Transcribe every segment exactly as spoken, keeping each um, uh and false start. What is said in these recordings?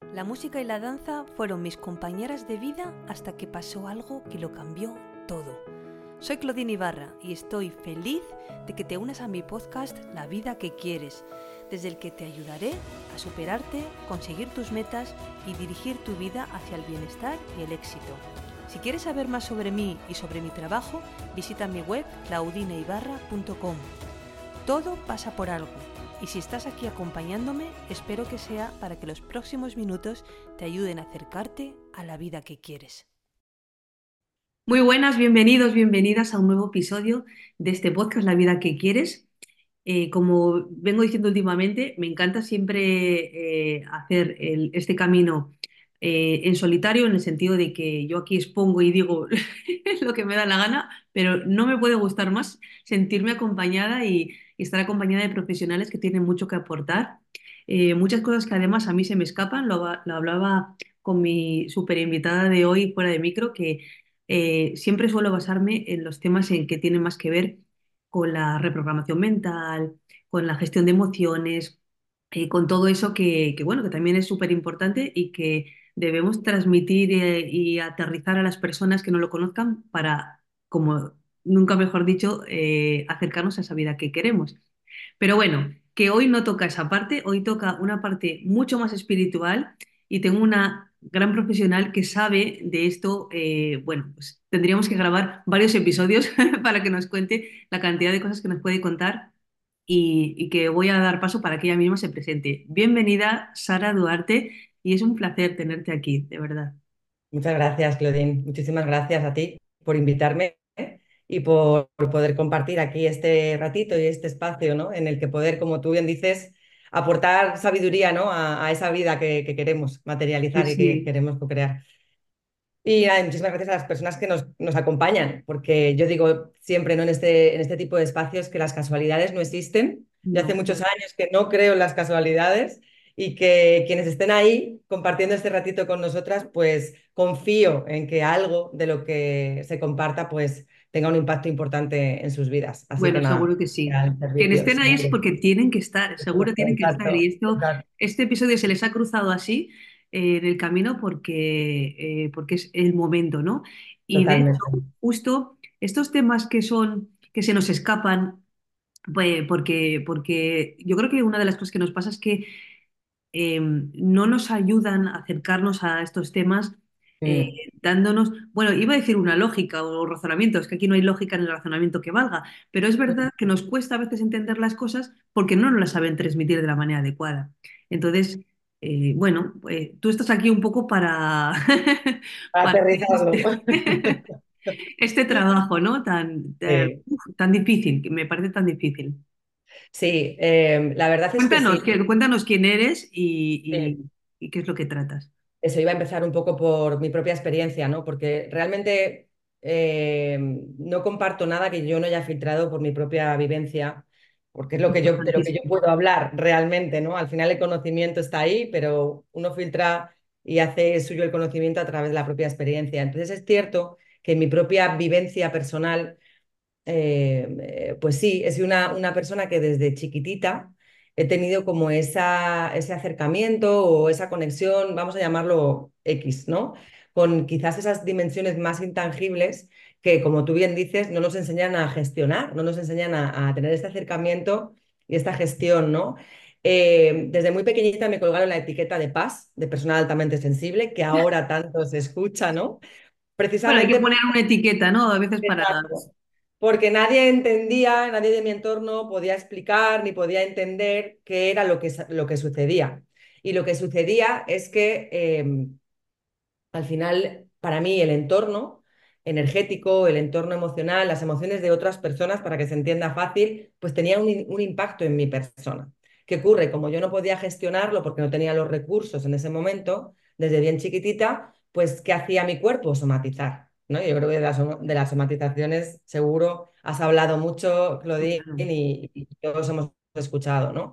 La música y la danza fueron mis compañeras de vida hasta que pasó algo que lo cambió todo. Soy Claudine Ibarra y estoy feliz de que te unas a mi podcast La vida que quieres, desde el que te ayudaré a superarte, conseguir tus metas y dirigir tu vida hacia el bienestar y el éxito. Si quieres saber más sobre mí y sobre mi trabajo, visita mi web claudineibarra punto com. Todo pasa por algo. Y si estás aquí acompañándome, espero que sea para que los próximos minutos te ayuden a acercarte a la vida que quieres. Muy buenas, bienvenidos, bienvenidas a un nuevo episodio de este podcast La vida que quieres. Eh, como vengo diciendo últimamente, me encanta siempre eh, hacer el- este camino eh, en solitario, en el sentido de que yo aquí expongo y digo lo que me da la gana, pero no me puede gustar más sentirme acompañada y, y estar acompañada de profesionales que tienen mucho que aportar. Eh, muchas cosas que además a mí se me escapan, lo, ha- lo hablaba con mi super invitada de hoy fuera de micro, que eh, siempre suelo basarme en los temas en que tienen más que ver con la reprogramación mental, con la gestión de emociones, eh, con todo eso que, que, bueno, que también es súper importante y que debemos transmitir eh, y aterrizar a las personas que no lo conozcan para, como nunca mejor dicho, eh, acercarnos a esa vida que queremos. Pero bueno, que hoy no toca esa parte, hoy toca una parte mucho más espiritual y tengo una gran profesional que sabe de esto. Eh, bueno, pues tendríamos que grabar varios episodios para que nos cuente la cantidad de cosas que nos puede contar y, y que voy a dar paso para que ella misma se presente. Bienvenida, Sara Duarte, y es un placer tenerte aquí, de verdad. Muchas gracias, Claudine. Muchísimas gracias a ti por invitarme, ¿eh? Y por, por poder compartir aquí este ratito y este espacio, ¿no? En el que poder, como tú bien dices, aportar sabiduría, ¿no? a, a esa vida que, que queremos Sí, materializar y que sí. queremos co-crear. Y nada, muchísimas gracias a las personas que nos, nos acompañan, porque yo digo siempre, ¿no? En este, en este tipo de espacios que las casualidades no existen. Yo hace No, muchos años que no creo en las casualidades y que quienes estén ahí compartiendo este ratito con nosotras, pues confío en que algo de lo que se comparta, pues tenga un impacto importante en sus vidas. Así que bueno, nada, seguro que sí. al Quienes servicio estén ahí es siempre. porque tienen que estar, seguro tienen que estar. Exacto, Y esto, exacto, este episodio se les ha cruzado así eh, en el camino porque, eh, porque es el momento, ¿no? Y de hecho, totalmente. justo estos temas que son, que se nos escapan, pues, porque, porque yo creo que una de las cosas que nos pasa es que eh, no nos ayudan a acercarnos a estos temas eh, Mm. dándonos, bueno, iba a decir una lógica o razonamiento, es que aquí no hay lógica en el razonamiento que valga, pero es verdad que nos cuesta a veces entender las cosas porque no nos las saben transmitir de la manera adecuada. Entonces, eh, bueno, eh, tú estás aquí un poco para, para hacer Aterrizarlo. este, este trabajo, ¿no? Tan, tan, Sí. uf, tan difícil, que me parece tan difícil. Sí, eh, la verdad es que Cuéntanos, sí. que- cuéntanos quién eres y, Sí. y- y qué es lo que tratas. Eso iba a empezar un poco por mi propia experiencia, ¿no? Porque realmente eh, no comparto nada que yo no haya filtrado por mi propia vivencia, porque es lo que yo, de lo que yo Importantísimo. puedo hablar realmente, ¿no? Al final el conocimiento está ahí, pero uno filtra y hace suyo el conocimiento a través de la propia experiencia. Entonces es cierto que en mi propia vivencia personal eh, eh, pues sí, es una, una persona que desde chiquitita he tenido como esa, ese acercamiento o esa conexión, vamos a llamarlo X, ¿no? Con quizás esas dimensiones más intangibles que, como tú bien dices, no nos enseñan a gestionar, no nos enseñan a, a tener este acercamiento y esta gestión, ¿no? Eh, desde muy pequeñita me colgaron la etiqueta de paz, de persona altamente sensible, que ahora tanto se escucha, ¿no? Bueno, hay que Precisamente poner una etiqueta, ¿no? A veces para... Exacto. Porque nadie entendía, nadie de mi entorno podía explicar ni podía entender qué era lo que, sa- lo que sucedía. Y lo que sucedía es que eh, al final, para mí, el entorno energético, el entorno emocional, las emociones de otras personas, para que se entienda fácil, pues tenía un, in- un impacto en mi persona. ¿Qué ocurre? Como yo no podía gestionarlo porque no tenía los recursos en ese momento, desde bien chiquitita, pues ¿qué hacía mi cuerpo? Somatizar, ¿no? Yo creo que de las, soma- de las somatizaciones seguro has hablado mucho, Claudine, Claro. y, y todos hemos escuchado, ¿no?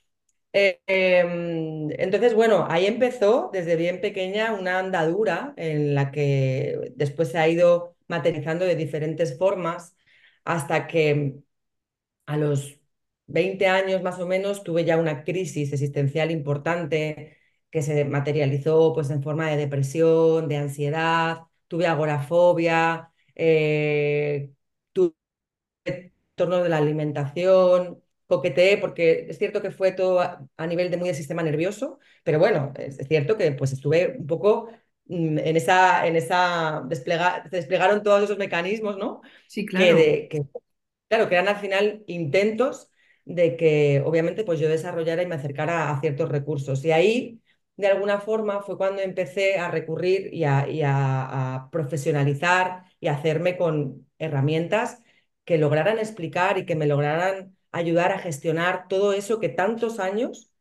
Eh, em, entonces, bueno, ahí empezó desde bien pequeña una andadura en la que después se ha ido materializando de diferentes formas hasta que a los veinte años más o menos tuve ya una crisis existencial importante, que se materializó pues en forma de depresión, de ansiedad, tuve agorafobia, eh, tuve torno de la alimentación, coqueteé, porque es cierto que fue todo a, a nivel de muy del sistema nervioso, pero bueno, es, es cierto que pues estuve un poco mm, en esa, en esa desplega, se desplegaron todos esos mecanismos, ¿no? Sí, Que, claro. de, que claro, que eran al final intentos de que obviamente pues yo desarrollara y me acercara a ciertos recursos. Y ahí, de alguna forma, fue cuando empecé a recurrir y a, y a- a profesionalizar y a hacerme con herramientas que lograran explicar y que me lograran ayudar a gestionar todo eso que tantos años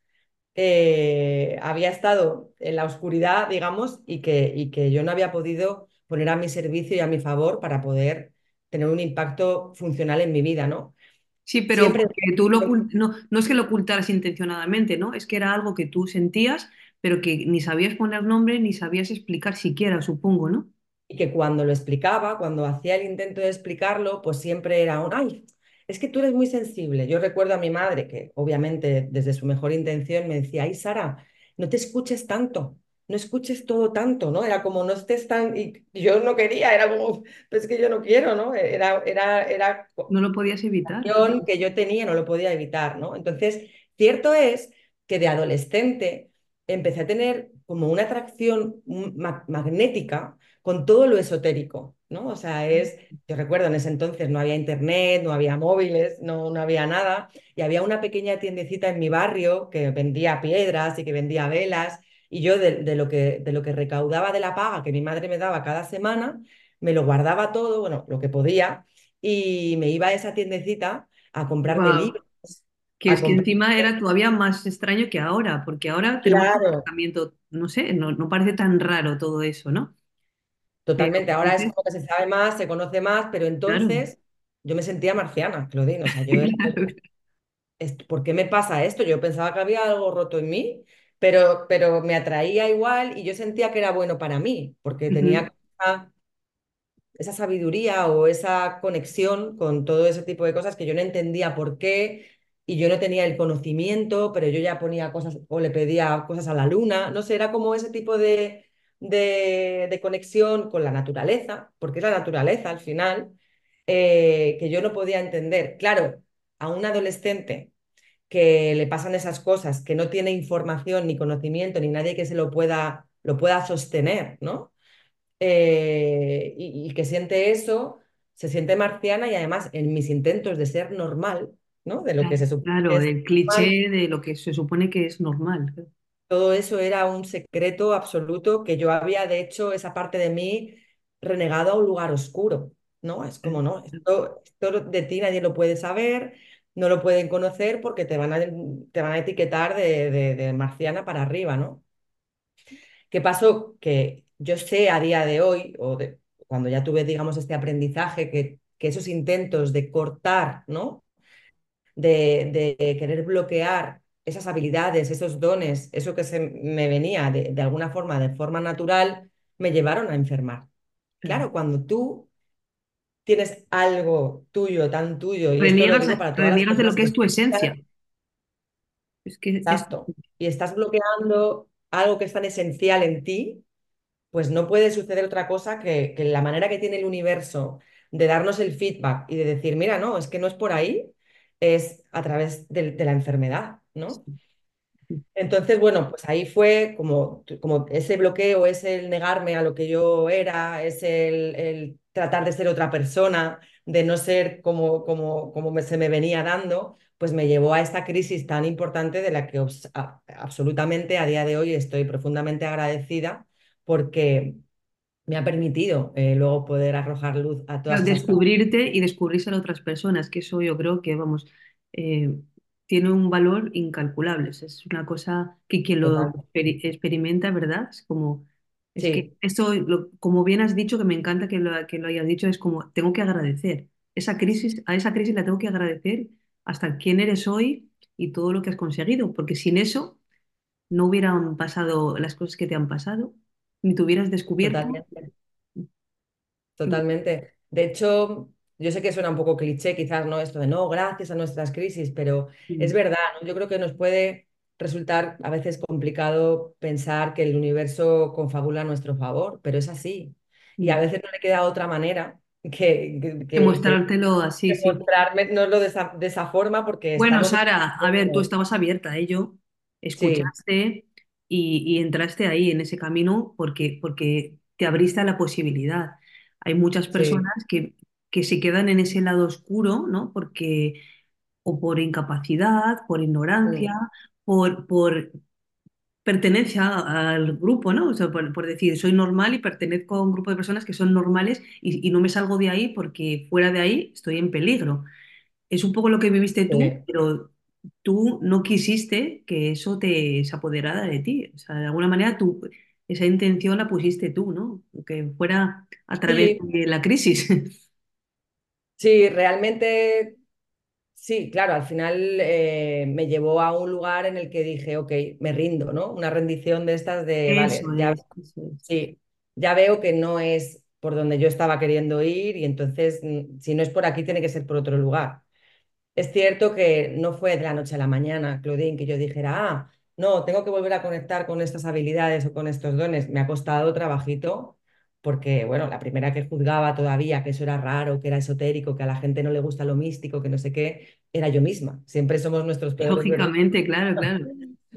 eh, había estado en la oscuridad, digamos, y que, y que yo no había podido poner a mi servicio y a mi favor para poder tener un impacto funcional en mi vida, ¿no? Sí, pero Siempre, porque tú lo ocult- no, no es que lo ocultaras intencionadamente, ¿no? Es que era algo que tú sentías, pero que ni sabías poner nombre ni sabías explicar siquiera, supongo, ¿no? y que cuando lo explicaba, cuando hacía el intento de explicarlo, pues siempre era un, ay, es que tú eres muy sensible. Yo recuerdo a mi madre que obviamente desde su mejor intención me decía, ay, Sara, no te escuches tanto, no escuches todo tanto, ¿no? Era como no estés tan, y y yo no quería, era como, pues es que yo no quiero, ¿no? Era, era, era No lo podías evitar, claro. acción que yo tenía, no lo podía evitar, ¿no? Entonces, cierto es que de adolescente empecé a tener como una atracción ma- magnética con todo lo esotérico, ¿no? O sea, es, yo recuerdo en ese entonces no había internet, no había móviles, no, no había nada, y había una pequeña tiendecita en mi barrio que vendía piedras y que vendía velas, y yo de, de lo que, de lo que recaudaba de la paga que mi madre me daba cada semana, me lo guardaba todo, bueno, lo que podía, y me iba a esa tiendecita a comprarme Wow. libros, Que a es que comprarme, encima era todavía más extraño que ahora, porque ahora tenemos un claro, acercamiento, no sé, no, no parece tan raro todo eso, ¿no? Pero totalmente. Ahora es antes, como que se sabe más, se conoce más, pero claro, entonces yo me sentía marciana, Claudine. O sea, yo era claro. como, "Est- ¿por qué me pasa esto?". Yo pensaba que había algo roto en mí, pero, pero me atraía igual y yo sentía que era bueno para mí, porque Ujú. tenía esa sabiduría o esa conexión con todo ese tipo de cosas que yo no entendía por qué y yo no tenía el conocimiento, pero yo ya ponía cosas o le pedía cosas a la luna, no sé, era como ese tipo de, de, de conexión con la naturaleza, porque es la naturaleza al final, eh, que yo no podía entender. Claro, a un adolescente que le pasan esas cosas, que no tiene información ni conocimiento ni nadie que se lo pueda, lo pueda sostener, ¿no? eh, y, y que siente eso, se siente marciana y además en mis intentos de ser normal, ¿no? De lo que se supone que Claro, es del normal, cliché de lo que se supone que es normal. todo eso era un secreto absoluto que yo había, de hecho, esa parte de mí renegado a un lugar oscuro, ¿no? Es como, no, esto, esto de ti nadie lo puede saber, no lo pueden conocer porque te van a, te van a etiquetar de, de de marciana para arriba, ¿no? ¿Qué pasó? Que yo sé a día de hoy, o de, cuando ya tuve, digamos, este aprendizaje, que, que esos intentos de cortar, ¿no? De, de querer bloquear esas habilidades, esos dones, eso que se me venía de, de alguna forma, de forma natural, me llevaron a enfermar. Claro. Claro, cuando tú tienes algo tuyo, tan tuyo, y esto lo Reniegas, digo para todas las reniegas de lo personas que que es tu esencia. escuchan, Es que es exacto, y estás bloqueando algo que es tan esencial en ti, pues no puede suceder otra cosa que, que la manera que tiene el universo de darnos el feedback y de decir, mira, no, es que no es por ahí, es a través del- de, la enfermedad, ¿no? Entonces, bueno, pues ahí fue como, como ese bloqueo, es el negarme a lo que yo era, es el, el tratar de ser otra persona, de no ser como, como, como me- se me venía dando, pues me llevó a esta crisis tan importante de la que obs- a- absolutamente a día de hoy estoy profundamente agradecida porque me ha permitido eh, luego poder arrojar luz a todas Claro, esas cosas. descubrirte y descubrirse a otras personas, que eso yo creo que, vamos, eh, tiene un valor incalculable. O sea, es una cosa que quien lo Totalmente. experi- experimenta, ¿verdad? Es como, es que Sí, esto, lo- como bien has dicho, que me encanta que lo, que lo hayas dicho, es como, tengo que agradecer. Esa crisis, a esa crisis la tengo que agradecer hasta quién eres hoy y todo lo que has conseguido, porque sin eso no hubieran pasado las cosas que te han pasado, ni te hubieras descubierto. totalmente. Totalmente. De hecho, yo sé que suena un poco cliché quizás, ¿no? Esto de no, gracias a nuestras crisis, pero es Mm. verdad, ¿no? Yo creo que nos puede... resultar a veces complicado pensar que el universo confabula a nuestro favor, pero es así. Y a Mm. veces no le queda otra manera que, que, Que que- que mostrártelo así, sí. demostrárnoslo de esa, de esa forma porque Bueno, estamos... Sara, a ver, tú estabas abierta a ello, Sí, escuchaste y, y entraste ahí en ese camino porque, porque te abriste a la posibilidad. Hay muchas sí, personas que, que se quedan en ese lado oscuro, ¿no? Porque, o por incapacidad, por ignorancia, mm, por, por pertenencia al grupo, ¿no? O sea, por, por decir, soy normal y pertenezco a un grupo de personas que son normales y, y no me salgo de ahí porque fuera de ahí estoy en peligro. Es un poco lo que viviste tú, sí. pero tú no quisiste que eso te se apoderara de ti. O sea, de alguna manera tú, esa intención la pusiste tú, ¿no? Que fuera a través Sí, de la crisis. sí, realmente sí, claro, al final eh, me llevó a un lugar en el que dije, ok, me rindo, ¿no? Una rendición de estas de, vale, Eso ya, es, eso es. sí, ya veo que no es por donde yo estaba queriendo ir y entonces, mm, si no es por aquí, tiene que ser por otro lugar. Es cierto que no fue de la noche a la mañana, Claudine, que yo dijera, ah, no, tengo que volver a conectar con estas habilidades o con estos dones. Me ha costado trabajito porque, bueno, la primera que juzgaba todavía que eso era raro, que era esotérico, que a la gente no le gusta lo místico, que no sé qué, era yo misma. Siempre somos nuestros peores verdugos. Lógicamente, claro, claro.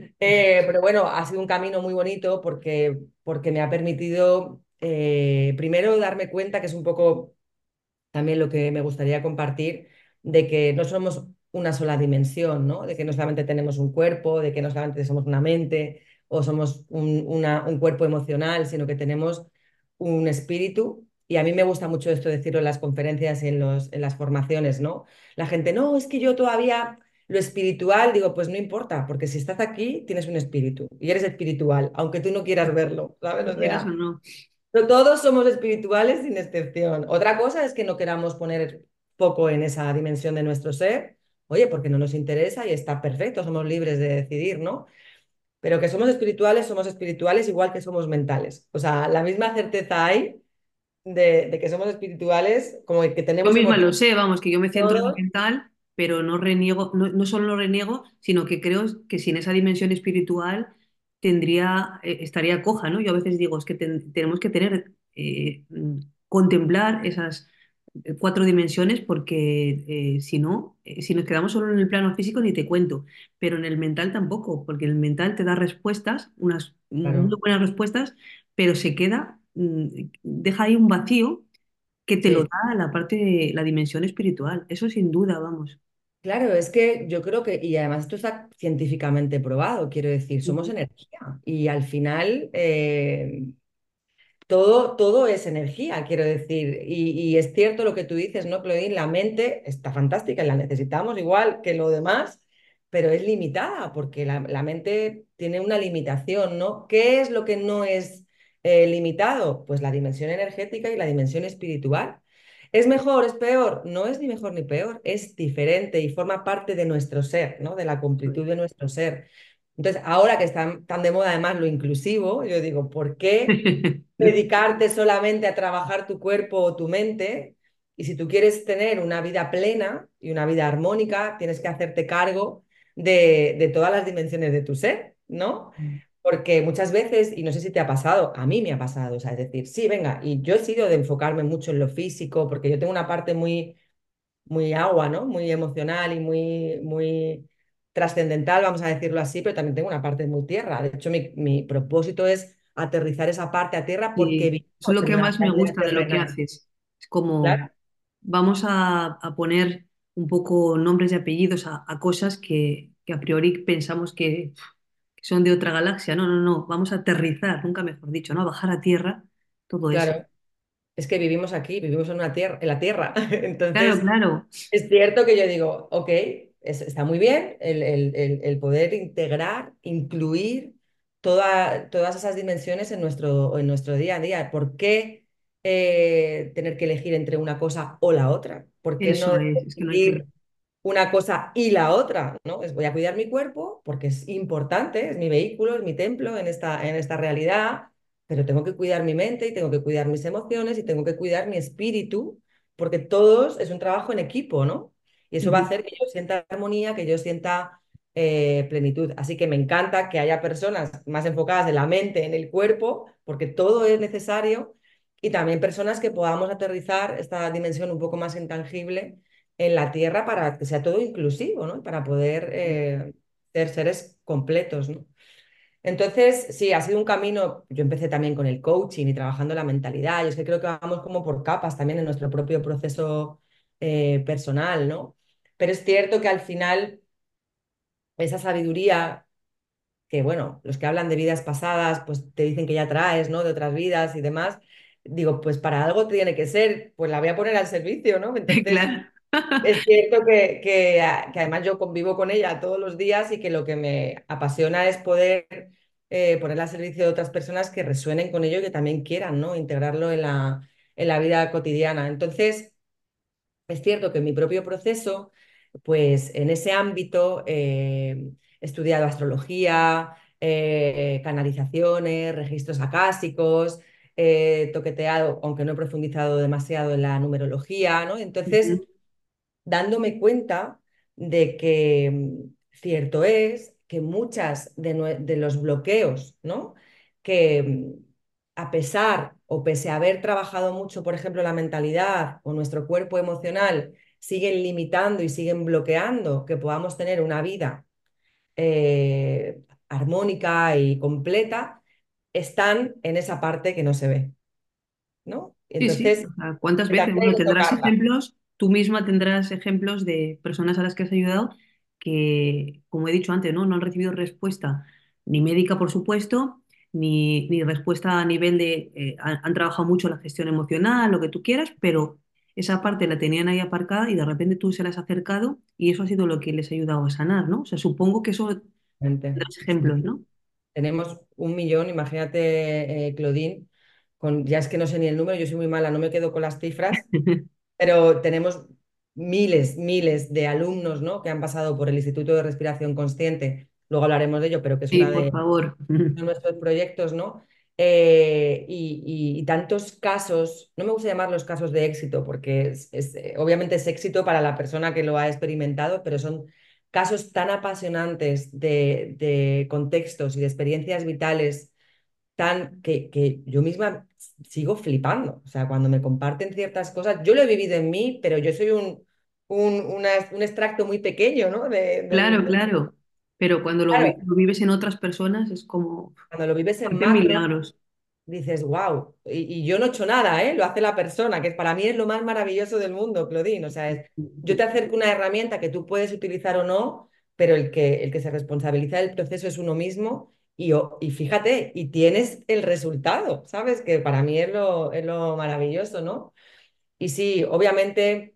Eh, pero bueno, ha sido un camino muy bonito porque, porque me ha permitido, eh, primero, darme cuenta que es un poco también lo que me gustaría compartir, de que no somos una sola dimensión, ¿no? De que no solamente tenemos un cuerpo, de que no solamente somos una mente o somos un, una- un cuerpo emocional, sino que tenemos un espíritu. Y a mí me gusta mucho esto decirlo en las conferencias y en los, en las formaciones, ¿no? La gente, no, es que yo todavía lo espiritual, digo, pues no importa, porque si estás aquí, tienes un espíritu y eres espiritual, aunque tú no quieras verlo, ¿sabes? Lo O quieras o sea, no. pero todos somos espirituales sin excepción. Otra cosa es que no queramos poner foco en esa dimensión de nuestro ser, oye, porque no nos interesa y está perfecto, somos libres de decidir, ¿no? Pero que somos espirituales, somos espirituales igual que somos mentales. O sea, la misma certeza hay de, de que somos espirituales como que Yo tenemos misma lo emociones sé, vamos, que yo me centro en lo todos. mental, pero no reniego, no, no solo lo reniego, sino que creo que sin esa dimensión espiritual tendría, eh, estaría coja, ¿no? Yo a veces digo, es que ten- tenemos que tener, eh, mm, contemplar esas eh, cuatro dimensiones porque eh, si no, eh, si nos quedamos solo en el plano físico ni te cuento, pero en el mental tampoco, porque el mental te da respuestas, unas muy Claro, buenas respuestas, pero se queda, mm, deja ahí un vacío que te lo sí. da la parte de la dimensión espiritual. Eso sin duda, vamos. Claro, es que yo creo que, y además esto está científicamente probado, quiero decir, somos Ujú. energía y al final eh, todo, todo es energía, quiero decir. Y, y es cierto lo que tú dices, ¿no, Claudine? La mente está fantástica y la necesitamos igual que lo demás, pero es limitada porque la, la mente tiene una limitación, ¿no? ¿Qué es lo que no es eh, limitado? Pues la dimensión energética y la dimensión espiritual. ¿Es mejor, es peor? No es ni mejor ni peor, es diferente y forma parte de nuestro ser, ¿no? De la completud de nuestro ser. Entonces, ahora que está tan de moda además lo inclusivo, yo digo, ¿por qué dedicarte solamente a trabajar tu cuerpo o tu mente? Y si tú quieres tener una vida plena y una vida armónica, tienes que hacerte cargo de, de todas las dimensiones de tu ser, ¿no? Porque muchas veces, y no sé si te ha pasado, a mí me ha pasado, o sea, es decir, sí, venga, y yo he sido de enfocarme mucho en lo físico, porque yo tengo una parte muy muy agua, ¿no? Muy emocional y muy, muy trascendental, vamos a decirlo así, pero también tengo una parte muy tierra. De hecho, mi, mi propósito es aterrizar esa parte a tierra porque Y eso es vivimos lo en que una más me realidad gusta de lo que terrenal. haces. Es como Claro, vamos a, a poner un poco nombres y apellidos a, a cosas que, que a priori pensamos que, que son de otra galaxia. No, no, no. Vamos a aterrizar, nunca mejor dicho, ¿no? A bajar a tierra todo eso. claro. Es que vivimos aquí, vivimos en una tierra, en la tierra. Claro, Entonces, claro. es cierto que yo digo, ok, es- está muy bien el, el- el- el poder integrar, incluir toda- todas esas dimensiones en nuestro, en nuestro día a día. ¿Por qué eh, tener que elegir entre una cosa o la otra? ¿Por qué no Eso es. Es que no hay que. elegir una cosa y la otra? ¿No? Es voy a cuidar mi cuerpo porque es importante, es mi vehículo, es mi templo en esta, en esta realidad, pero tengo que cuidar mi mente y tengo que cuidar mis emociones y tengo que cuidar mi espíritu porque todos es un trabajo en equipo, ¿no? Y eso va a Ujú. hacer que yo sienta armonía, que yo sienta eh, plenitud. Así que me encanta que haya personas más enfocadas en la mente, en el cuerpo, porque todo es necesario, y también personas que podamos aterrizar esta dimensión un poco más intangible en la Tierra para que sea todo inclusivo, ¿no? Para poder eh, ser seres completos, ¿no? Entonces, sí, ha sido un camino. Yo empecé también con el coaching y trabajando la mentalidad. Yo es que creo que vamos como por capas también en nuestro propio proceso eh, personal, ¿no? Pero es cierto que al final esa sabiduría que, bueno, los que hablan de vidas pasadas, pues te dicen que ya traes, ¿no? De otras vidas y demás. Digo, pues para algo tiene que ser, pues la voy a poner al servicio, ¿no? Entonces, Claro. es cierto que, que, a- que además yo convivo con ella todos los días y que lo que me apasiona es poder eh, ponerla al servicio de otras personas que resuenen con ello y que también quieran, ¿no? Integrarlo en la, en la vida cotidiana. Entonces, es cierto que en mi propio proceso, pues en ese ámbito eh, he estudiado astrología, eh, canalizaciones, registros acásicos, he toqueteado, aunque no he profundizado demasiado en la numerología, ¿no? Entonces, Ujú. dándome cuenta de que mm, cierto es que muchas de, nue- de los bloqueos, ¿no? Que mm, a pesar o pese a haber trabajado mucho, por ejemplo, la mentalidad o nuestro cuerpo emocional, siguen limitando y siguen bloqueando que podamos tener una vida eh, armónica y completa, están en esa parte que no se ve, ¿no? Sí, sí. Entonces, O sea, ¿cuántas veces? también Bueno, hay que tendrás tocarla. ejemplos, tú misma tendrás ejemplos de personas a las que has ayudado que, como he dicho antes, ¿no? No han recibido respuesta ni médica, por supuesto, ni, ni respuesta a nivel de, eh, han, han trabajado mucho la gestión emocional, lo que tú quieras, pero esa parte la tenían ahí aparcada y de repente tú se las has acercado y eso ha sido lo que les ha ayudado a sanar, ¿no? O sea, supongo que eso Realmente, tendrás sí. ejemplos, ¿no? Tenemos un millón, imagínate, eh, Claudine, con, ya es que no sé ni el número, yo soy muy mala, no me quedo con las cifras, pero tenemos miles, miles de alumnos, ¿no? Que han pasado por el Instituto de Respiración Consciente, luego hablaremos de ello, pero que es Sí, una por de favor. de nuestros proyectos, ¿no? Eh, y, y- y tantos casos, no me gusta llamarlos casos de éxito, porque es, es, eh, obviamente es éxito para la persona que lo ha experimentado, pero son casos tan apasionantes de, de contextos y de experiencias vitales tan que, que yo misma sigo flipando. O sea, cuando me comparten ciertas cosas, yo lo he vivido en mí, pero yo soy un, un, una- un extracto muy pequeño, ¿no? De, Claro, del, del- claro. Pero cuando lo, vi- Claro, lo vives en otras personas es como, cuando lo vives en hacen macro, milagros. dices, wow, y, y yo no he hecho nada, ¿eh? Lo hace la persona, que para mí es lo más maravilloso del mundo, Claudine. O sea, es, yo te acerco una herramienta que tú puedes utilizar o no, pero el que, el que se responsabiliza del proceso es uno mismo y, o- y fíjate, y tienes el resultado, ¿sabes? Que para mí es lo, es lo maravilloso, ¿no? Y sí, obviamente,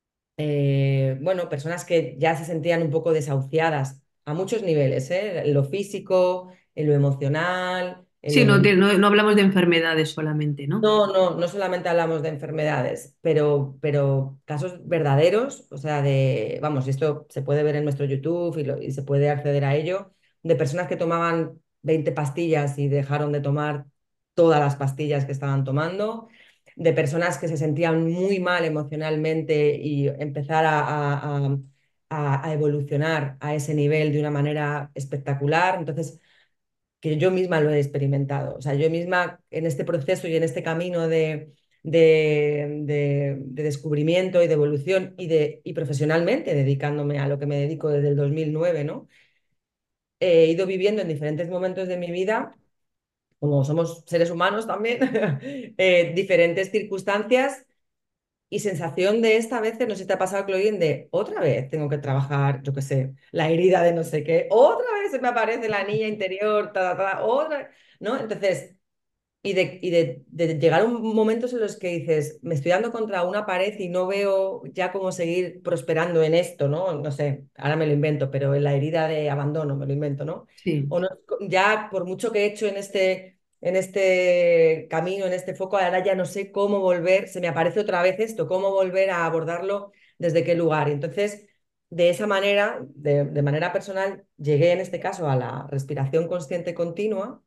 eh, bueno, personas que ya se sentían un poco desahuciadas a muchos niveles, ¿eh? En lo físico, en lo emocional, en Sí, lo no, te- mental. no, no hablamos de enfermedades solamente, ¿no? No, no, no solamente hablamos de enfermedades, pero, pero casos verdaderos, o sea, de, vamos, esto se puede ver en nuestro YouTube y, lo- y se puede acceder a ello, de personas que tomaban veinte pastillas y dejaron de tomar todas las pastillas que estaban tomando, de personas que se sentían muy mal emocionalmente y empezar a, a a- a- a evolucionar a ese nivel de una manera espectacular. Entonces, que yo misma lo he experimentado. O sea, yo misma en este proceso y en este camino de, de, de- de descubrimiento y de evolución y, de, y profesionalmente dedicándome a lo que me dedico desde el dos mil nueve, ¿no? He ido viviendo en diferentes momentos de mi vida, como somos seres humanos también, eh, diferentes circunstancias y sensación de esta vez, no sé si te ha pasado, Chloe, de otra vez tengo que trabajar, yo qué sé, la herida de no sé qué, otra vez se me aparece la niña interior, ta, ta, ta, otra, ¿no? Entonces, y de, y de, de llegar a un- momentos en los que dices, me estoy dando contra una pared y no veo ya cómo seguir prosperando en esto, ¿no? No sé, ahora me lo invento, pero en la herida de abandono me lo invento, ¿no? Sí. O no, ya por mucho que he hecho en este, en este camino, en este foco, ahora ya no sé cómo volver, se me aparece otra vez esto, cómo volver a abordarlo, desde qué lugar. Y entonces, de esa manera, de, de manera personal, llegué en este caso a la respiración consciente continua,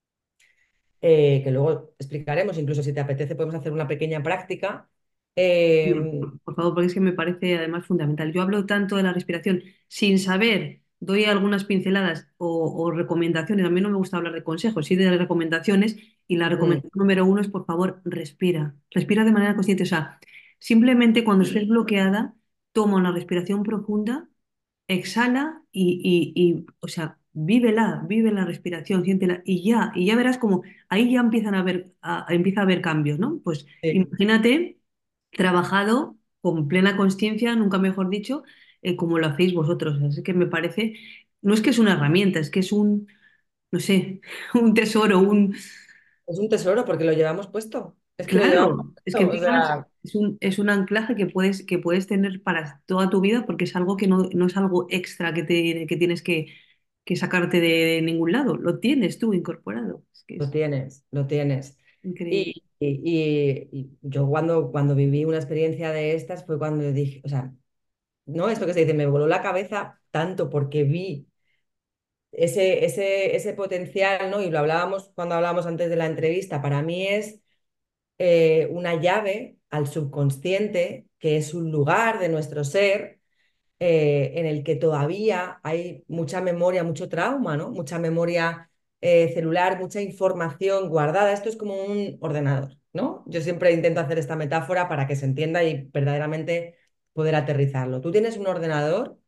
eh, que luego explicaremos, incluso si te apetece podemos hacer una pequeña práctica. Sí, Eh, por, por favor, porque es que me parece además fundamental. Yo hablo tanto de la respiración sin saber, doy algunas pinceladas o, o recomendaciones. A mí no me gusta hablar de consejos, sí de recomendaciones. Y la Mm, recomendación número uno es, por favor, respira. Respira de manera consciente. O sea, simplemente cuando estés bloqueada, toma una respiración profunda, exhala y, y, y, o sea, vívela, vive la respiración, siéntela y ya, y ya verás como ahí ya empiezan a haber, a- a- empieza a haber cambios, ¿no? Pues sí. imagínate trabajado con plena conciencia, nunca mejor dicho, eh, como lo hacéis vosotros. Es que me parece, no es que es una herramienta, es que es un, no sé, un tesoro, un... Es un tesoro porque lo llevamos puesto. Es que lo llevamos Claro, es que puesto. O encima es, sea, es un, es un anclaje que puedes, que puedes tener para toda tu vida porque es algo que no, no es algo extra que, te, que tienes que, que sacarte de ningún lado, lo tienes tú incorporado. Es que lo es tienes, lo tienes. increíble. Y, y- y- y yo cuando, cuando viví una experiencia de estas fue cuando dije, o sea, no, esto que se dice, me voló la cabeza tanto porque vi ese, ese, ese potencial, ¿no? Y lo hablábamos cuando hablábamos antes de la entrevista, para mí es eh, una llave al subconsciente, que es un lugar de nuestro ser eh, en el que todavía hay mucha memoria, mucho trauma, ¿no? Mucha memoria eh, celular, mucha información guardada. Esto es como un ordenador, ¿no? Yo siempre intento hacer esta metáfora para que se entienda y verdaderamente poder aterrizarlo. Tú tienes un ordenador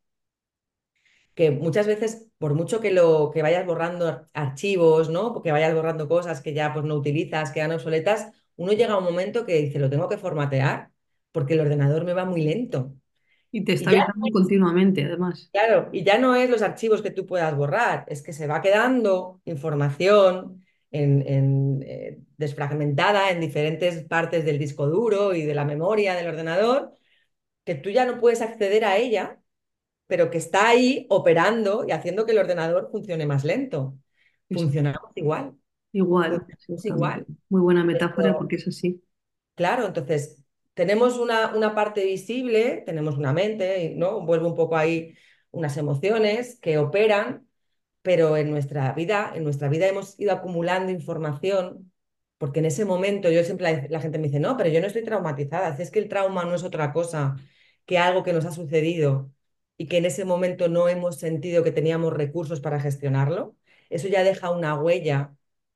que muchas veces, por mucho que lo que vayas borrando ar- archivos, ¿no? Porque vayas borrando cosas que ya pues no utilizas, quedan obsoletas, uno llega a un momento que dice, lo tengo que formatear porque el ordenador me va muy lento. Y te Y está ya avisando continuamente, además. Claro, y ya no es los archivos que tú puedas borrar, es que se va quedando información en, en, eh, desfragmentada en diferentes partes del disco duro y de la memoria del ordenador, que tú ya no puedes acceder a ella, pero que está ahí operando y haciendo que el ordenador funcione más lento. Es Funcionamos igual, igual, sí, funcionamos está muy, igual. muy buena metáfora Pero porque es así. claro, entonces tenemos una, una parte visible, tenemos una mente, ¿no? Vuelvo un poco ahí unas emociones que operan, pero en nuestra vida, en nuestra vida hemos ido acumulando información, porque en ese momento yo siempre la, la gente me dice, no, pero yo no estoy traumatizada, si es que el trauma no es otra cosa que algo que nos ha sucedido y que en ese momento no hemos sentido que teníamos recursos para gestionarlo, eso ya deja una huella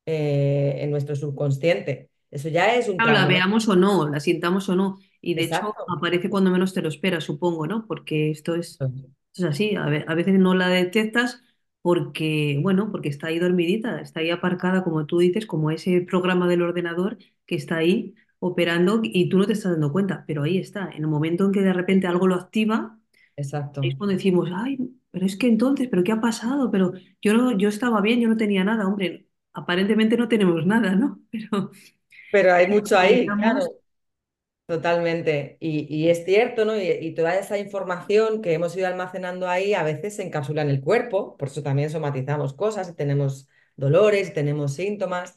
eh, en nuestro subconsciente. Eso ya es un Claro, la trauma, ¿no? veamos o no, la sintamos o no. Y de hecho Exacto. aparece cuando menos te lo esperas, supongo, ¿no? Porque esto es, esto es así. A ve- a veces no la detectas porque, bueno, porque está ahí dormidita, está ahí aparcada, como tú dices, como ese programa del ordenador que está ahí operando y tú no te estás dando cuenta, pero ahí está. En el momento en que de repente algo lo activa, es Exacto. cuando decimos, ay, pero es que entonces, ¿pero qué ha pasado? Pero yo no, yo estaba bien, yo no tenía nada, hombre. Aparentemente no tenemos nada, ¿no? Pero Pero hay mucho ahí, necesitamos. claro, totalmente. Y, y es cierto, ¿no? Y, y toda esa información que hemos ido almacenando ahí a veces se encapsula en el cuerpo, por eso también somatizamos cosas, y tenemos dolores, y tenemos síntomas.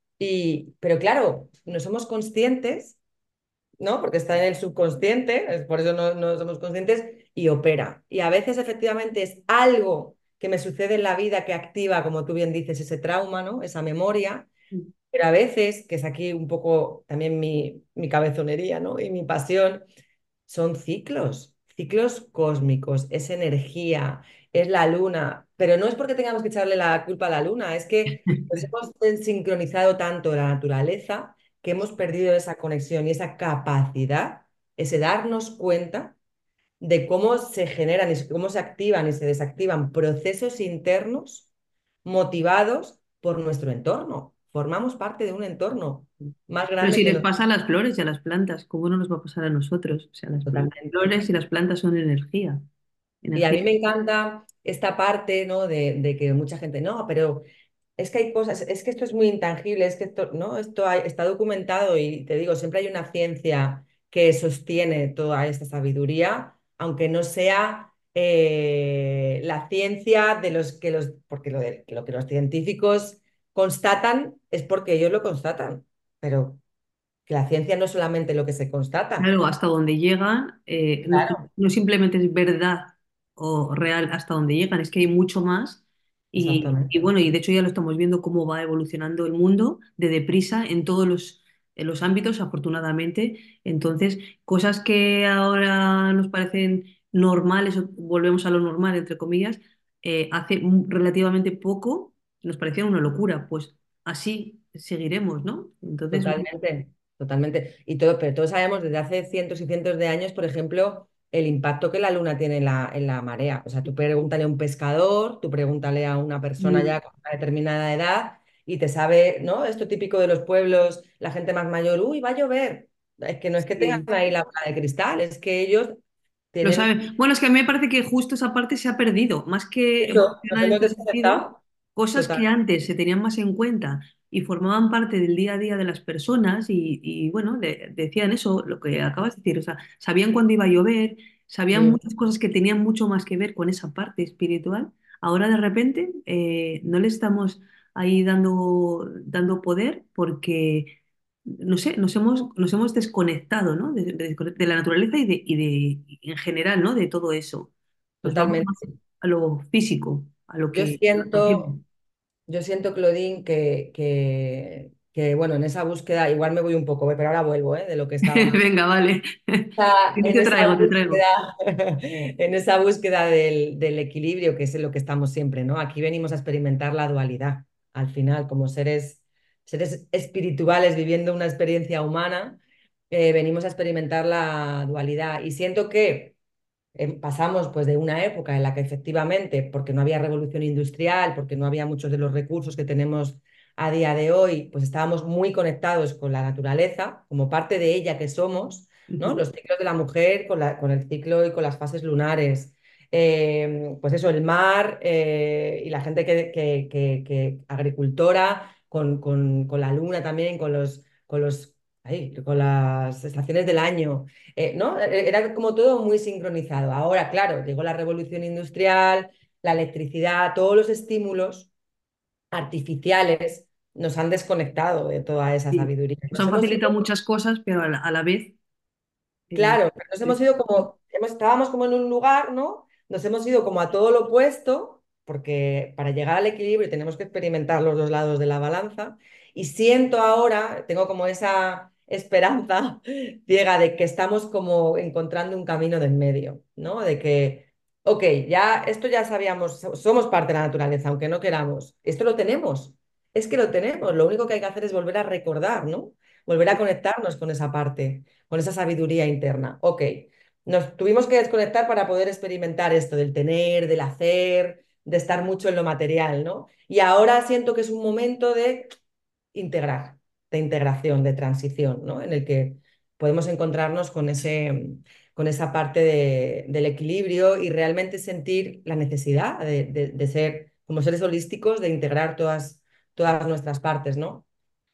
Y, pero claro, no somos conscientes, ¿no? Porque está en el subconsciente, es por eso no, no somos conscientes y opera. Y a veces efectivamente es algo que me sucede en la vida que activa, como tú bien dices, ese trauma, ¿no? Esa memoria. Pero a veces, que es aquí un poco también mi, mi cabezonería, ¿no? Y mi pasión, son ciclos, ciclos cósmicos, es energía, es la luna, pero no es porque tengamos que echarle la culpa a la luna, es que nos hemos sincronizado tanto la naturaleza que hemos perdido esa conexión y esa capacidad, ese darnos cuenta de cómo se generan y cómo se activan y se desactivan procesos internos motivados por nuestro entorno. Formamos parte de un entorno más Pero grande si que les nosotros. pasa a las flores y a las plantas, ¿cómo no nos va a pasar a nosotros? O sea, las, las Totalmente. flores y las plantas son energía. Y a Energía. mí me encanta esta parte, ¿no? De, de que mucha gente, no, pero es que hay cosas, es que esto es muy intangible, es que esto, ¿no? Esto hay- está documentado y te digo, siempre hay una ciencia que sostiene toda esta sabiduría, aunque no sea eh, la ciencia de los que los, porque lo, de- lo que los científicos constatan es porque ellos lo constatan, pero que la ciencia no es solamente lo que se constata. Claro, hasta donde llegan, eh, no, Claro, no simplemente es verdad o real hasta donde llegan, es que hay mucho más. Y, y exactamente. bueno, y de hecho ya lo estamos viendo cómo va evolucionando el mundo de deprisa en todos los, en los ámbitos, afortunadamente. Entonces, cosas que ahora nos parecen normales, o volvemos a lo normal, entre comillas, eh, hace un- relativamente poco nos parecía una locura. Pues así seguiremos, ¿no? Entonces, bueno, Totalmente, totalmente. Y todo, pero todos sabemos desde hace cientos y cientos de años, por ejemplo, el impacto que la luna tiene en la, en la marea. O sea, tú pregúntale a un pescador, tú pregúntale a una persona mm, ya con una determinada edad y te sabe, ¿no? Esto típico de los pueblos, la gente más mayor, uy, va a llover. Es que no es que tengan sí. ahí la bola de cristal, es que ellos Lo tienen saben. Bueno, es que a mí me parece que justo esa parte se ha perdido, más que eso, nos evolucionar en hemos este sentido, desacertado. cosas que Total, antes se tenían más en cuenta y formaban parte del día a día de las personas y, y, bueno, de- decían eso, lo que acabas de decir, o sea, sabían cuándo iba a llover, sabían mm, muchas cosas que tenían mucho más que ver con esa parte espiritual. Ahora de repente eh, no le estamos ahí dando, dando poder porque no sé, nos hemos, nos hemos desconectado, ¿no? De, de- de la naturaleza y de, y de, y en general, ¿no? De todo eso. Nos vamos más totalmente. a lo físico, a lo Yo que conocemos. siento Yo siento, Claudine, que, que, que, bueno, en esa búsqueda, igual me voy un poco, ¿eh? Pero ahora vuelvo, ¿eh? De lo que estábamos. Venga, vale. Esa- En Te esa traigo, te traigo. búsqueda, en esa búsqueda del, del equilibrio, que es en lo que estamos siempre, ¿no? Aquí venimos a experimentar la dualidad, al final, como seres, seres espirituales viviendo una experiencia humana, eh, venimos a experimentar la dualidad. Y siento que eh, pasamos pues de una época en la que efectivamente, porque no había revolución industrial, porque no había muchos de los recursos que tenemos a día de hoy, pues estábamos muy conectados con la naturaleza, como parte de ella que somos, ¿no? Ujú. Los ciclos de la mujer con, la- con el ciclo y con las fases lunares. Eh, pues eso, el mar eh, y la gente que, que, que- que agricultora, con, con, con la luna también, con los, con los, ay, con las estaciones del año. Eh, ¿no? E- Era como todo muy sincronizado. Ahora, claro, llegó la revolución industrial, la electricidad, todos los estímulos artificiales nos han desconectado de toda esa Sí. sabiduría. Nos Nos han hemos facilitado ido. muchas cosas, pero a la, a la vez, eh, Claro, pero nos hemos sí. ido como, hemos- estábamos como en un lugar, ¿no? Nos hemos ido como a todo lo opuesto, porque para llegar al equilibrio tenemos que experimentar los dos lados de la balanza. Y siento ahora, tengo como esa esperanza ciega de que estamos como encontrando un camino de en medio, ¿no? De que, ok, ya esto ya sabíamos, so- somos parte de la naturaleza, aunque no queramos. Esto lo tenemos, es que lo tenemos. Lo único que hay que hacer es volver a recordar, ¿no? Volver a conectarnos con esa parte, con esa sabiduría interna. Ok, nos tuvimos que desconectar para poder experimentar esto del tener, del hacer, de estar mucho en lo material, ¿no? Y ahora siento que es un momento de integrar, de integración, de transición, ¿no? En el que podemos encontrarnos con ese, con esa parte de- del equilibrio y realmente sentir la necesidad de, de- de ser, como seres holísticos, de integrar todas, todas nuestras partes, ¿no?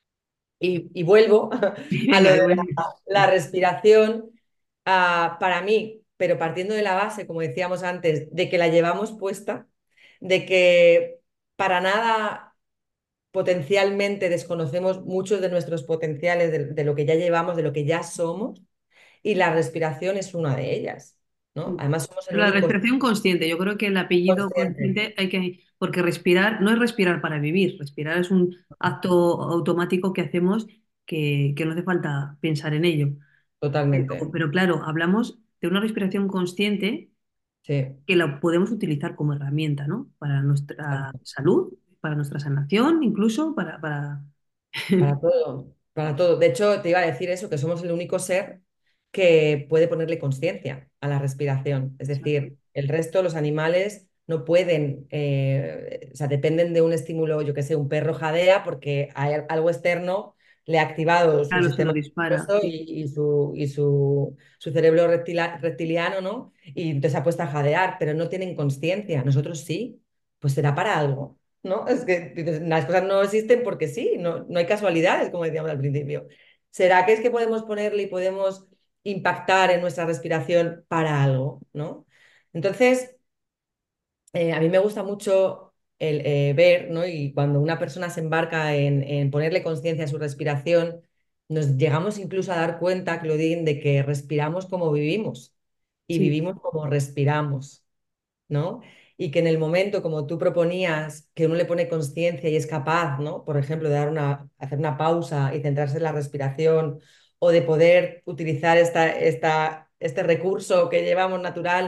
Y, y vuelvo a lo Venga, de igual. la, la respiración, ah, para mí, pero partiendo de la base, como decíamos antes, de que la llevamos puesta, de que para nada potencialmente desconocemos muchos de nuestros potenciales, de, de lo que ya llevamos, de lo que ya somos, y la respiración es una de ellas, ¿no? Además, somos el La único respiración consciente, yo creo que el apellido consciente. consciente hay que, porque respirar no es respirar para vivir, respirar es un acto automático que hacemos que, que no hace falta pensar en ello. Pero, Totalmente. pero claro, hablamos de una respiración consciente Sí. que la podemos utilizar como herramienta, ¿no? Para nuestra Exacto. salud, para nuestra sanación, incluso para, para... Para todo, para todo. De hecho, te iba a decir eso, que somos el único ser que puede ponerle conciencia a la respiración. Es Exacto. decir, el resto, los animales, no pueden, eh, o sea, dependen de un estímulo, yo que sé, un perro jadea porque hay al- algo externo le ha activado su Claro, se lo sistema dispara. nervioso Sí. y, y su, y su, su cerebro reptila- reptiliano, ¿no? Y entonces se ha puesto a jadear, pero no tienen conciencia. Nosotros sí, pues será para algo. ¿No? Es que dices, las cosas no existen porque sí, no, no hay casualidades, como decíamos al principio. ¿Será que es que podemos ponerle y podemos impactar en nuestra respiración para algo, ¿no? Entonces, eh, a mí me gusta mucho el, eh, ver, ¿no? Y cuando una persona se embarca en, en ponerle conciencia a su respiración, nos llegamos incluso a dar cuenta, Claudine, de que respiramos como vivimos y Sí. vivimos como respiramos. ¿No? Y que en el momento, como tú proponías, que uno le pone conciencia y es capaz, ¿no? Por ejemplo, de dar una, hacer una pausa y centrarse en la respiración o de poder utilizar esta, esta, este recurso que llevamos natural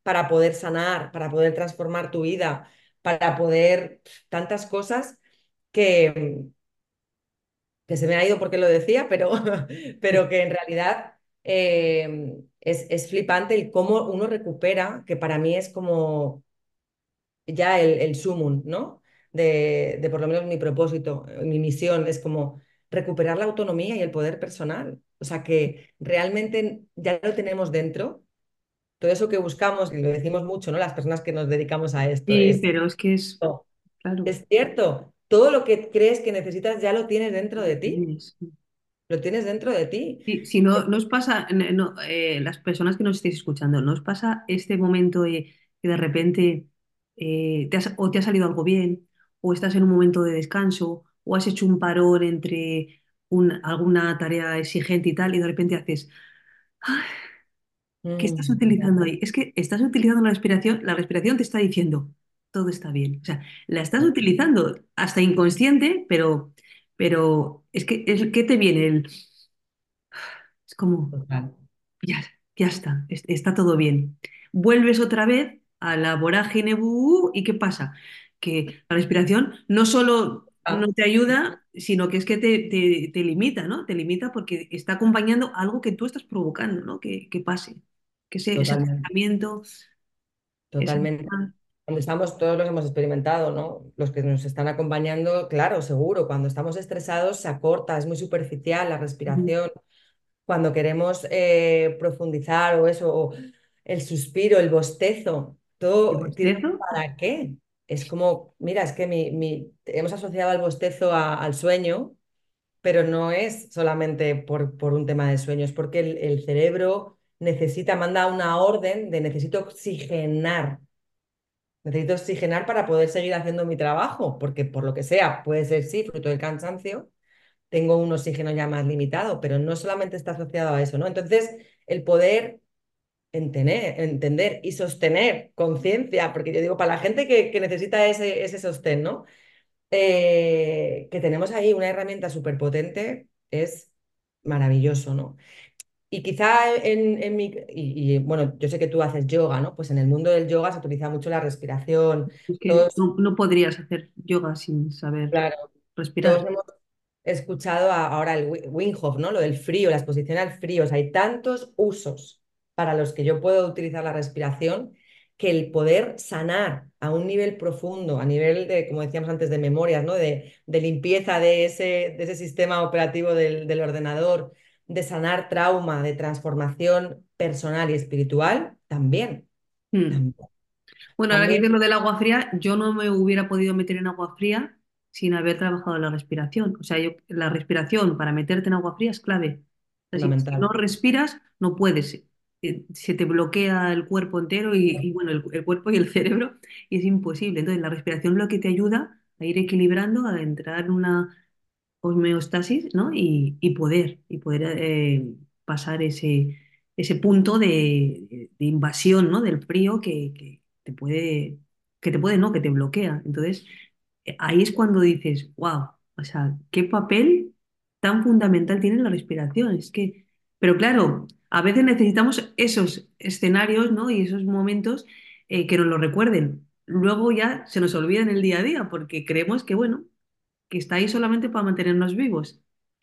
para poder sanar, para poder transformar tu vida, para poder pf, tantas cosas que, que se me ha ido porque lo decía, pero, pero que en realidad eh, es, es flipante el cómo uno recupera, que para mí es como ya el, el sumum, ¿no? De, de por lo menos mi propósito, eh, mi misión, es como recuperar la autonomía y el poder personal. O sea, que realmente ya lo tenemos dentro. Todo eso que buscamos, y lo decimos mucho, ¿no? Las personas que nos dedicamos a esto, Sí, es, pero es que es, oh, claro, es cierto, todo lo que crees que necesitas ya lo tienes dentro lo de ti, tienes. lo tienes dentro de ti. Sí, si no, no os pasa, n- no, eh, las personas que nos estéis escuchando, ¿no os pasa este momento de que de repente eh, te has- o te ha salido algo bien, o estás en un momento de descanso, o has hecho un parón entre un- alguna tarea exigente y tal, y de repente haces, "Ay, ¿qué estás Mm, utilizando ahí? Es que estás utilizando la respiración, la respiración te está diciendo, todo está bien. O sea, la estás utilizando hasta inconsciente, pero, pero es que, es, ¿qué te viene? El, es como... total, Ya, ya está, es- está todo bien. Vuelves otra vez a la vorágine, bu, ¿y qué pasa? Que la respiración no solo no ah, te ayuda, sino que es que te, te- te limita, ¿no? Te limita porque está acompañando algo que tú estás provocando, ¿no? Que, que pase. Que ese, ese totalmente. acercamiento, esa... Totalmente. Cuando estamos, todos los hemos experimentado, ¿no? Los que nos están acompañando, claro, seguro. Cuando estamos estresados se acorta, es muy superficial la Ujú. respiración. Cuando queremos eh, profundizar o eso, o el suspiro, el bostezo, ¿El todo tiene un bostezo? para qué. Es como, mira, es que mi, mi- hemos asociado el bostezo a- al sueño, pero no es solamente por, por un tema de sueño, es porque el, el cerebro necesita, manda una orden de necesito oxigenar. Necesito oxigenar para poder seguir haciendo mi trabajo, porque por lo que sea, puede ser sí, fruto del cansancio, tengo un oxígeno ya más limitado, pero no solamente está asociado a eso, ¿no? Entonces, el poder entender, entender y sostener conciencia, porque yo digo, para la gente que, que necesita ese, ese sostén, ¿no? Eh, que tenemos ahí una herramienta súper potente, es maravilloso, ¿no? Y quizá en, en mi, y, y, bueno, yo sé que tú haces yoga, ¿no? Pues en el mundo del yoga se utiliza mucho la respiración, Es que todos, no, no podrías hacer yoga sin saber claro, todos respirar. hemos escuchado a- ahora el Wi- Wim Hof, ¿no? Lo del frío, la exposición al frío. O sea, hay tantos usos para los que yo puedo utilizar la respiración que el poder sanar a un nivel profundo, a nivel de, como decíamos antes, de memorias, ¿no? De, de limpieza de ese, de ese sistema operativo del, del ordenador, de sanar trauma, de transformación personal y espiritual, también, Mm. también, Bueno, ahora que también dices lo del agua fría, yo no me hubiera podido meter en agua fría sin haber trabajado la respiración. O sea, yo, la respiración para meterte en agua fría es clave. O sea, si, si no fundamental. respiras, no puedes. Eh, Se te bloquea el cuerpo entero y, y, bueno, el, el cuerpo y el cerebro y es imposible. Entonces, la respiración es lo que te ayuda a ir equilibrando, a entrar en una homeostasis, ¿no? Y, y poder, y poder eh, pasar ese, ese punto de, de invasión, ¿no? Del frío que, que te puede, que te puede, no, que te bloquea. Entonces, eh, ahí es cuando dices, wow, o sea, qué papel tan fundamental tiene la respiración. Es que, pero claro, a veces necesitamos esos escenarios, ¿no? Y esos momentos eh, que nos lo recuerden. Luego ya se nos olvida en el día a día porque creemos que, bueno, que está ahí solamente para mantenernos vivos.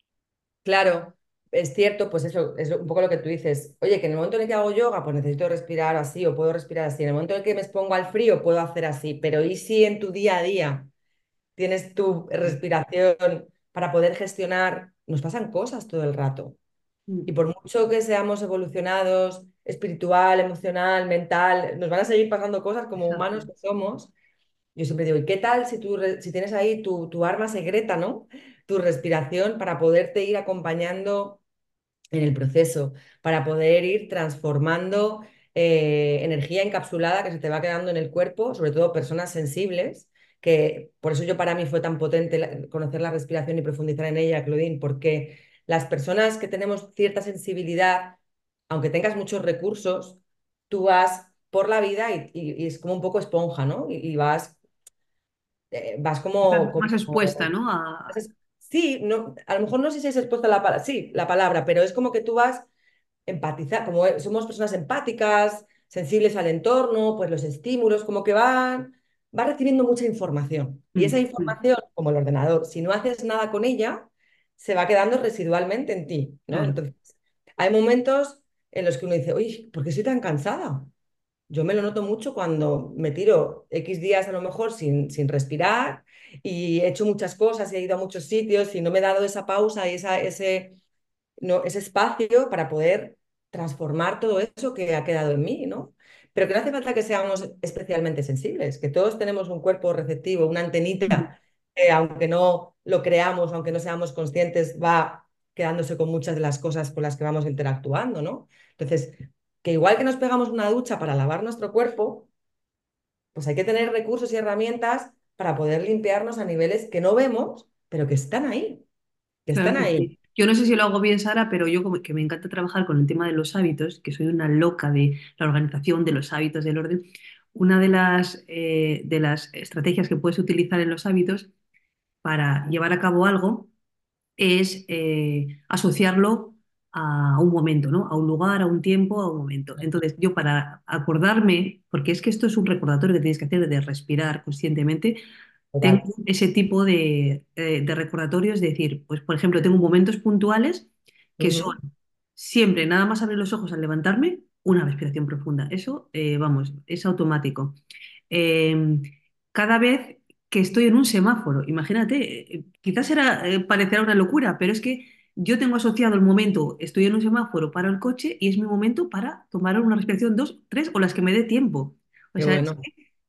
Claro, es cierto, pues eso es un poco lo que tú dices. Oye, que en el momento en el que hago yoga, pues necesito respirar así o puedo respirar así. En el momento en el que me expongo al frío, puedo hacer así. Pero ¿y si en tu día a día tienes tu respiración para poder gestionar? Nos pasan cosas todo el rato. Mm. Y por mucho que seamos evolucionados, espiritual, emocional, mental, nos van a seguir pasando cosas como Exacto. humanos que somos. Yo siempre digo, ¿y qué tal si, tú, re- si tienes ahí tu, tu arma secreta, ¿no? Tu respiración para poderte ir acompañando en el proceso, para poder ir transformando eh, energía encapsulada que se te va quedando en el cuerpo, sobre todo personas sensibles, que por eso yo para mí fue tan potente la- conocer la respiración y profundizar en ella, Claudine, porque las personas que tenemos cierta sensibilidad, aunque tengas muchos recursos, tú vas por la vida y, y- y es como un poco esponja, ¿no? Y, y vas, eh, vas Estás como, más expuesta, como ¿no? A... es- sí, no, a lo mejor no sé si es expuesta la palabra, sí, la palabra, pero es como que tú vas empatizar, como e- somos personas empáticas, sensibles al entorno, pues los estímulos, como que van, va recibiendo mucha información. Y esa Mm, mm, información, como el ordenador, si no haces nada con ella, se va quedando residualmente en ti, ¿no? claro. Entonces, hay momentos en los que uno dice, uy, ¿por qué estoy tan cansada? Yo me lo noto mucho cuando me tiro X días a lo mejor sin, sin respirar y he hecho muchas cosas y he ido a muchos sitios y no me he dado esa pausa y esa, ese, no, ese espacio para poder transformar todo eso que ha quedado en mí, ¿no? Pero que no hace falta que seamos especialmente sensibles, que todos tenemos un cuerpo receptivo, una Mm, antenita que aunque no lo creamos, aunque no seamos conscientes, va quedándose con muchas de las cosas con las que vamos interactuando, ¿no? Entonces, que igual que nos pegamos una ducha para lavar nuestro cuerpo, pues hay que tener recursos y herramientas para poder limpiarnos a niveles que no vemos, pero que están ahí, que claro están que ahí. sí. Yo no sé si lo hago bien, Sara, pero yo como que me encanta trabajar con el tema de los hábitos, que soy una loca de la organización, de los hábitos, del orden. Una de las, eh, de las estrategias que puedes utilizar en los hábitos para llevar a cabo algo es eh, asociarlo a un momento, ¿no? A un lugar, a un tiempo, a un momento. Entonces, yo para acordarme, porque es que esto es un recordatorio que tienes que hacer de respirar conscientemente, tengo Total. ese tipo de, eh, de recordatorios, es decir, pues por ejemplo, tengo momentos puntuales que son Ujú. siempre, nada más abrir los ojos al levantarme, una respiración profunda. Eso, eh, vamos, es automático. Eh, Cada vez que estoy en un semáforo, imagínate, eh, quizás era, eh, parecerá una locura, pero es que yo tengo asociado el momento, estoy en un semáforo, paro el coche y es mi momento para tomar una respiración, dos, tres o las que me dé tiempo. O Qué sea, bueno.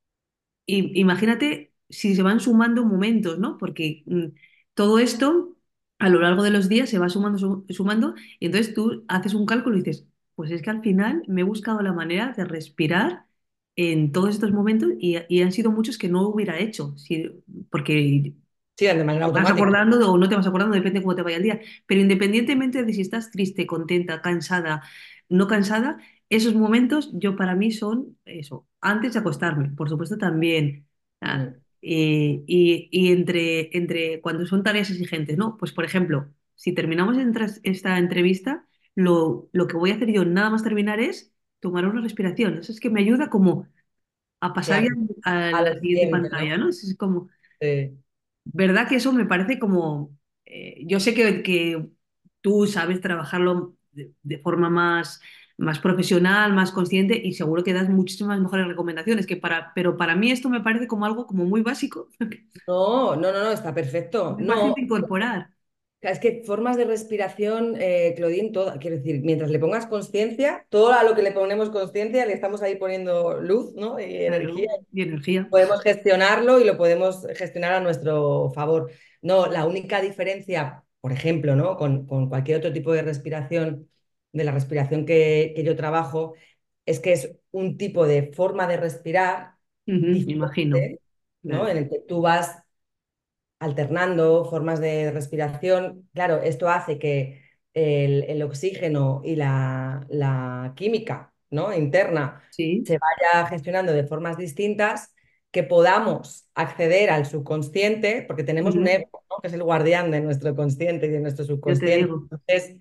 y, imagínate si se van sumando momentos, ¿no? Porque mm, todo esto a lo largo de los días se va sumando, su- sumando, y entonces tú haces un cálculo y dices, pues es que al final me he buscado la manera de respirar en todos estos momentos y, y han sido muchos que no hubiera hecho, si- porque Sí, de manera vas automática. acordando o no te vas acordando, depende de cómo te vaya el día. Pero independientemente de si estás triste, contenta, cansada, no cansada, esos momentos yo para mí son eso, antes de acostarme, por supuesto también. Ah, Mm. y, y- y entre, entre cuando son tareas exigentes, ¿no? Pues por ejemplo, si terminamos entras- esta entrevista, lo, lo que voy a hacer yo nada más terminar es tomar una respiración. Eso es que me ayuda como a pasar ya Claro, a a la lo siguiente siguiente, pantalla, ¿no? ¿no? Es como Sí. ¿verdad que eso me parece como, eh, yo sé que, que tú sabes trabajarlo de, de forma más, más profesional, más consciente y seguro que das muchísimas mejores recomendaciones, que para, pero para mí esto me parece como algo como muy básico, No, no, no, no, está perfecto. muy fácil No, de incorporar. es que formas de respiración, eh, Claudine, toda, quiero decir, mientras le pongas conciencia, todo a lo que le ponemos conciencia, le estamos ahí poniendo luz, ¿no? Y energía, Claro, y energía. podemos gestionarlo y lo podemos gestionar a nuestro favor. No, la única diferencia, por ejemplo, ¿no? Con, con cualquier otro tipo de respiración, de la respiración que, que yo trabajo, es que es un tipo de forma de respirar Ujú, me imagino. diferente, ¿no? Claro. En el que tú vas alternando formas de respiración. Claro, esto hace que el, el oxígeno y la, la química, ¿no? interna Sí. se vaya gestionando de formas distintas, que podamos acceder al subconsciente, porque tenemos un Ujú, ego, ¿no? que es el guardián de nuestro consciente y de nuestro yo te subconsciente. digo. Entonces,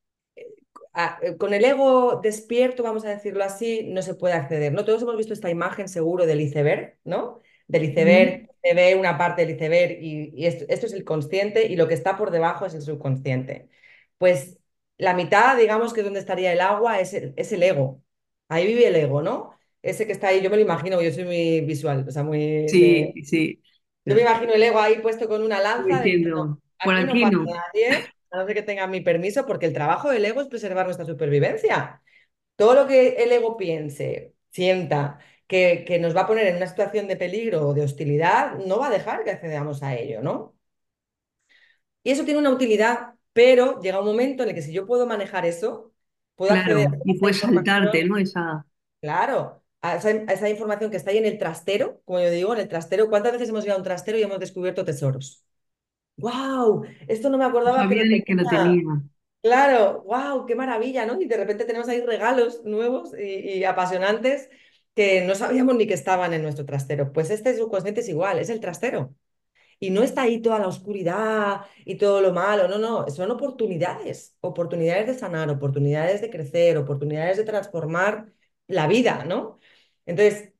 a- eh, con el ego despierto, vamos a decirlo así, no se puede acceder, ¿no? Todos hemos visto esta imagen seguro del iceberg, ¿no? Del Ujú, iceberg, se ve una parte del iceberg y, y esto, esto es el consciente y lo que está por debajo es el subconsciente. Pues la mitad, digamos que es donde estaría el agua, es el, es el ego. Ahí vive el ego, ¿no? Ese que está ahí, yo me lo imagino, yo soy muy visual, o sea, muy sí, de... sí. Yo me Claro. imagino el ego ahí puesto con una Como lanza diciendo, diciendo, por aquí no aquí pasa no. nadie, a no ser que tengan mi permiso, porque el trabajo del ego es preservar nuestra supervivencia. Todo lo que el ego piense, sienta, que, que nos va a poner en una situación de peligro o de hostilidad, no va a dejar que accedamos a ello, ¿no? Y eso tiene una utilidad, pero llega un momento en el que si yo puedo manejar eso, puedo acceder a Claro, toda y esa puedes saltarte, información, ¿no? Esa, claro, a esa, a esa información que está ahí en el trastero, como yo digo, en el trastero. ¿Cuántas veces hemos ido a un trastero y hemos descubierto tesoros? ¡Wow! Esto no me no acordaba que sabía lo ni que lo tenía. tenía. Claro, wow, qué maravilla, ¿no? Y de repente tenemos ahí regalos nuevos y, y apasionantes que no sabíamos ni que estaban en nuestro trastero. Pues este subconsciente es igual, es el trastero. Y no está ahí toda la oscuridad y todo lo malo, no, no, son oportunidades, oportunidades de sanar, oportunidades de crecer, oportunidades de transformar la vida, ¿no? Entonces,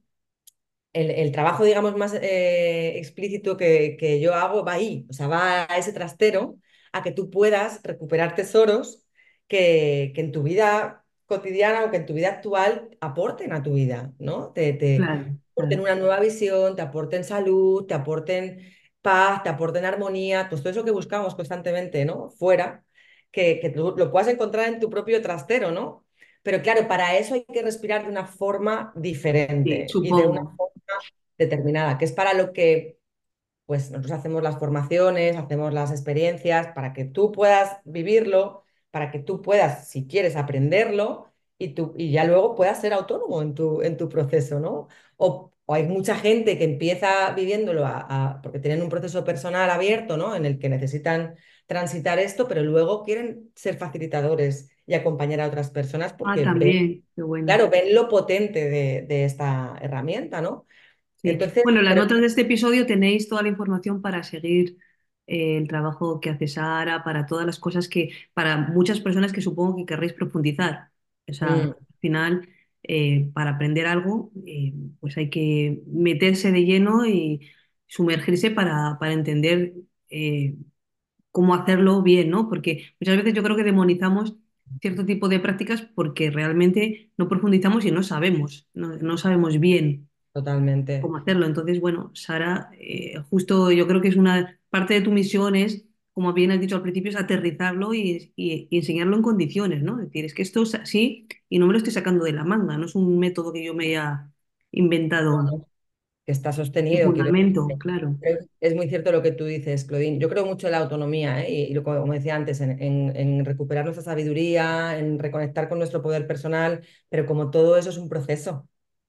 el, el trabajo, digamos, más eh, explícito que, que yo hago va ahí, o sea, va a ese trastero a que tú puedas recuperar tesoros que, que en tu vida cotidiana o que en tu vida actual aporten a tu vida, ¿no? Te, te Claro, aporten claro. una nueva visión, te aporten salud, te aporten paz, te aporten armonía, pues todo eso que buscamos constantemente, ¿no? Fuera, que, que tú lo puedas encontrar en tu propio trastero, ¿no? Pero claro, para eso hay que respirar de una forma Sí, diferente y de una supongo. determinada, que es para lo que pues nosotros hacemos las formaciones, hacemos las experiencias para que tú puedas vivirlo, para que tú puedas, si quieres, aprenderlo y, tú, y ya luego puedas ser autónomo en tu, en tu proceso, ¿no? O, o hay mucha gente que empieza viviéndolo a- a- porque tienen un proceso personal abierto, ¿no? En el que necesitan transitar esto, pero luego quieren ser facilitadores y acompañar a otras personas Ah, porque ven, también, qué bueno. claro, ven lo potente de, de esta herramienta, ¿no? Sí. Entonces, Bueno, en las pero notas de este episodio tenéis toda la información para seguir eh, el trabajo que hace Sara, para todas las cosas que, para muchas personas que supongo que querréis profundizar. O sea, mm, al final, eh, para aprender algo, eh, pues hay que meterse de lleno y sumergirse para, para entender eh, cómo hacerlo bien, ¿no? Porque muchas veces yo creo que demonizamos cierto tipo de prácticas porque realmente no profundizamos y no sabemos, no, no sabemos bien totalmente. cómo hacerlo. Entonces, bueno, Sara, eh, justo yo creo que es una parte de tu misión es, como bien has dicho al principio, es aterrizarlo y, y- y enseñarlo en condiciones, ¿no? Es decir, es que esto es así y no me lo estoy sacando de la manga, no es un método que yo me haya inventado Que está sin sostenido, quiero fundamento, decir. claro, Creo que es muy cierto lo que tú dices, Claudine. Yo creo mucho en la autonomía, ¿eh? Y, y lo, como decía antes, en, en- en recuperar nuestra sabiduría, en reconectar con nuestro poder personal, pero como todo eso es un proceso.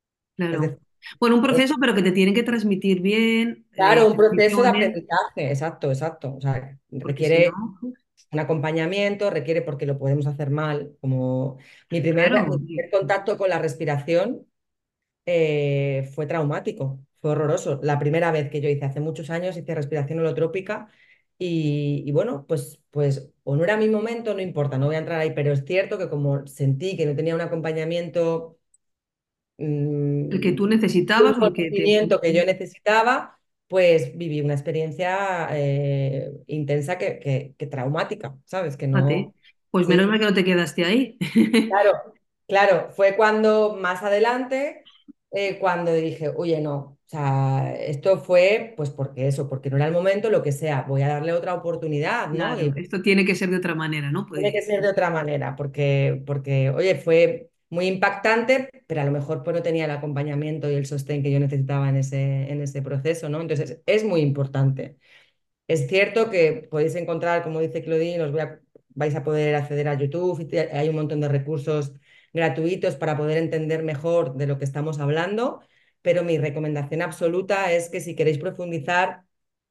Es claro. decir, Bueno, un es, proceso, pero que te tienen que transmitir bien eh, claro, un las proceso de lecciones, aprendizaje, exacto, exacto. O sea, porque si requiere no, pues, un acompañamiento, requiere porque lo podemos hacer mal, como mi primer, claro, mi primer contacto con la respiración eh, fue traumático, fue horroroso. La primera vez que yo hice, hace muchos años, hice respiración holotrópica y, y bueno, pues, pues o no era mi momento, no importa, no voy a entrar ahí, pero es cierto que como sentí que no tenía un acompañamiento, el que mm, tú un necesitabas o el que te... conocimiento que yo necesitaba, pues viví una experiencia eh, intensa que, que, que traumática, ¿sabes? Que Fíjate, no... pues menos Sí, mal que no te quedaste ahí. claro, claro, fue cuando más adelante, eh, cuando dije, oye, no, o sea, esto fue, pues porque eso, porque no era el momento, lo que sea, voy a darle otra oportunidad, ¿no? Claro, Y esto tiene que ser de otra manera, ¿no? tiene Pues que ser de otra manera, porque, porque, oye, fue muy impactante, pero a lo mejor pues no tenía el acompañamiento y el sostén que yo necesitaba en ese, en ese proceso, ¿no? Entonces, es muy importante. Es cierto que podéis encontrar, como dice Claudine, os voy a- vais a poder acceder a YouTube, y te- hay un montón de recursos gratuitos para poder entender mejor de lo que estamos hablando, pero mi recomendación absoluta es que si queréis profundizar,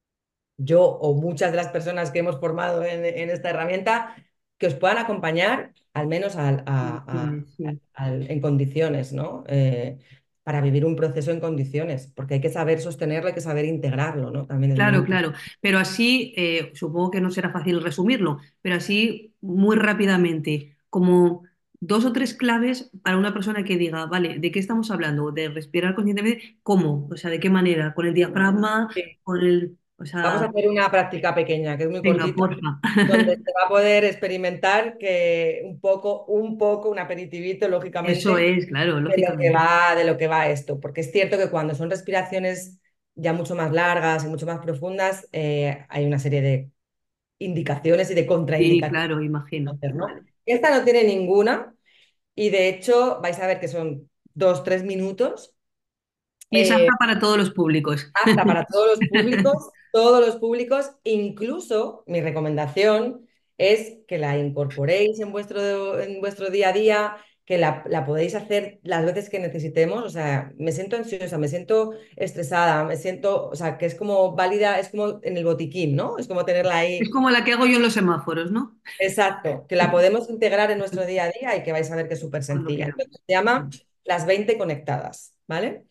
yo o muchas de las personas que hemos formado en, en esta herramienta, que os puedan acompañar al menos al- a- a- condiciones, sí. al- en condiciones, ¿no? Eh, para vivir un proceso en condiciones, porque hay que saber sostenerlo, hay que saber integrarlo, ¿no? También en Claro, el claro. Pero así, eh, supongo que no será fácil resumirlo, pero así muy rápidamente, como dos o tres claves para una persona que diga, vale, ¿de qué estamos hablando? ¿De respirar conscientemente? ¿Cómo? O sea, ¿de qué manera? ¿Con el diafragma? proceso. ¿Con el...? O Vamos a sea, hacer una práctica pequeña, que es muy venga, cortita, porfa. donde se va a poder experimentar que un poco, un poco, un aperitivito, Eso lógicamente, es, claro, de lo que lógicamente. va, de lo que va esto. Porque es cierto que cuando son respiraciones ya mucho más largas y mucho más profundas, eh, hay una serie de indicaciones y de Sí, contraindicaciones claro, a imagino. hacer, ¿no? Vale. Esta no tiene ninguna y de hecho vais a ver que son dos, tres minutos. Y es eh, apta para todos los públicos. apta para todos los públicos, todos los públicos, incluso mi recomendación es que la incorporéis en vuestro, en vuestro día a día, que la, la podéis hacer las veces que necesitemos. O sea, me siento ansiosa, me siento estresada, me siento, o sea, que es como válida, es como en el botiquín, ¿no? Es como tenerla Es ahí. como la que hago yo en los semáforos, ¿no? Exacto, que la podemos integrar en nuestro día a día y que vais a ver que es súper Cuando sencilla. queramos. Entonces, se llama las veinte conectadas, ¿vale?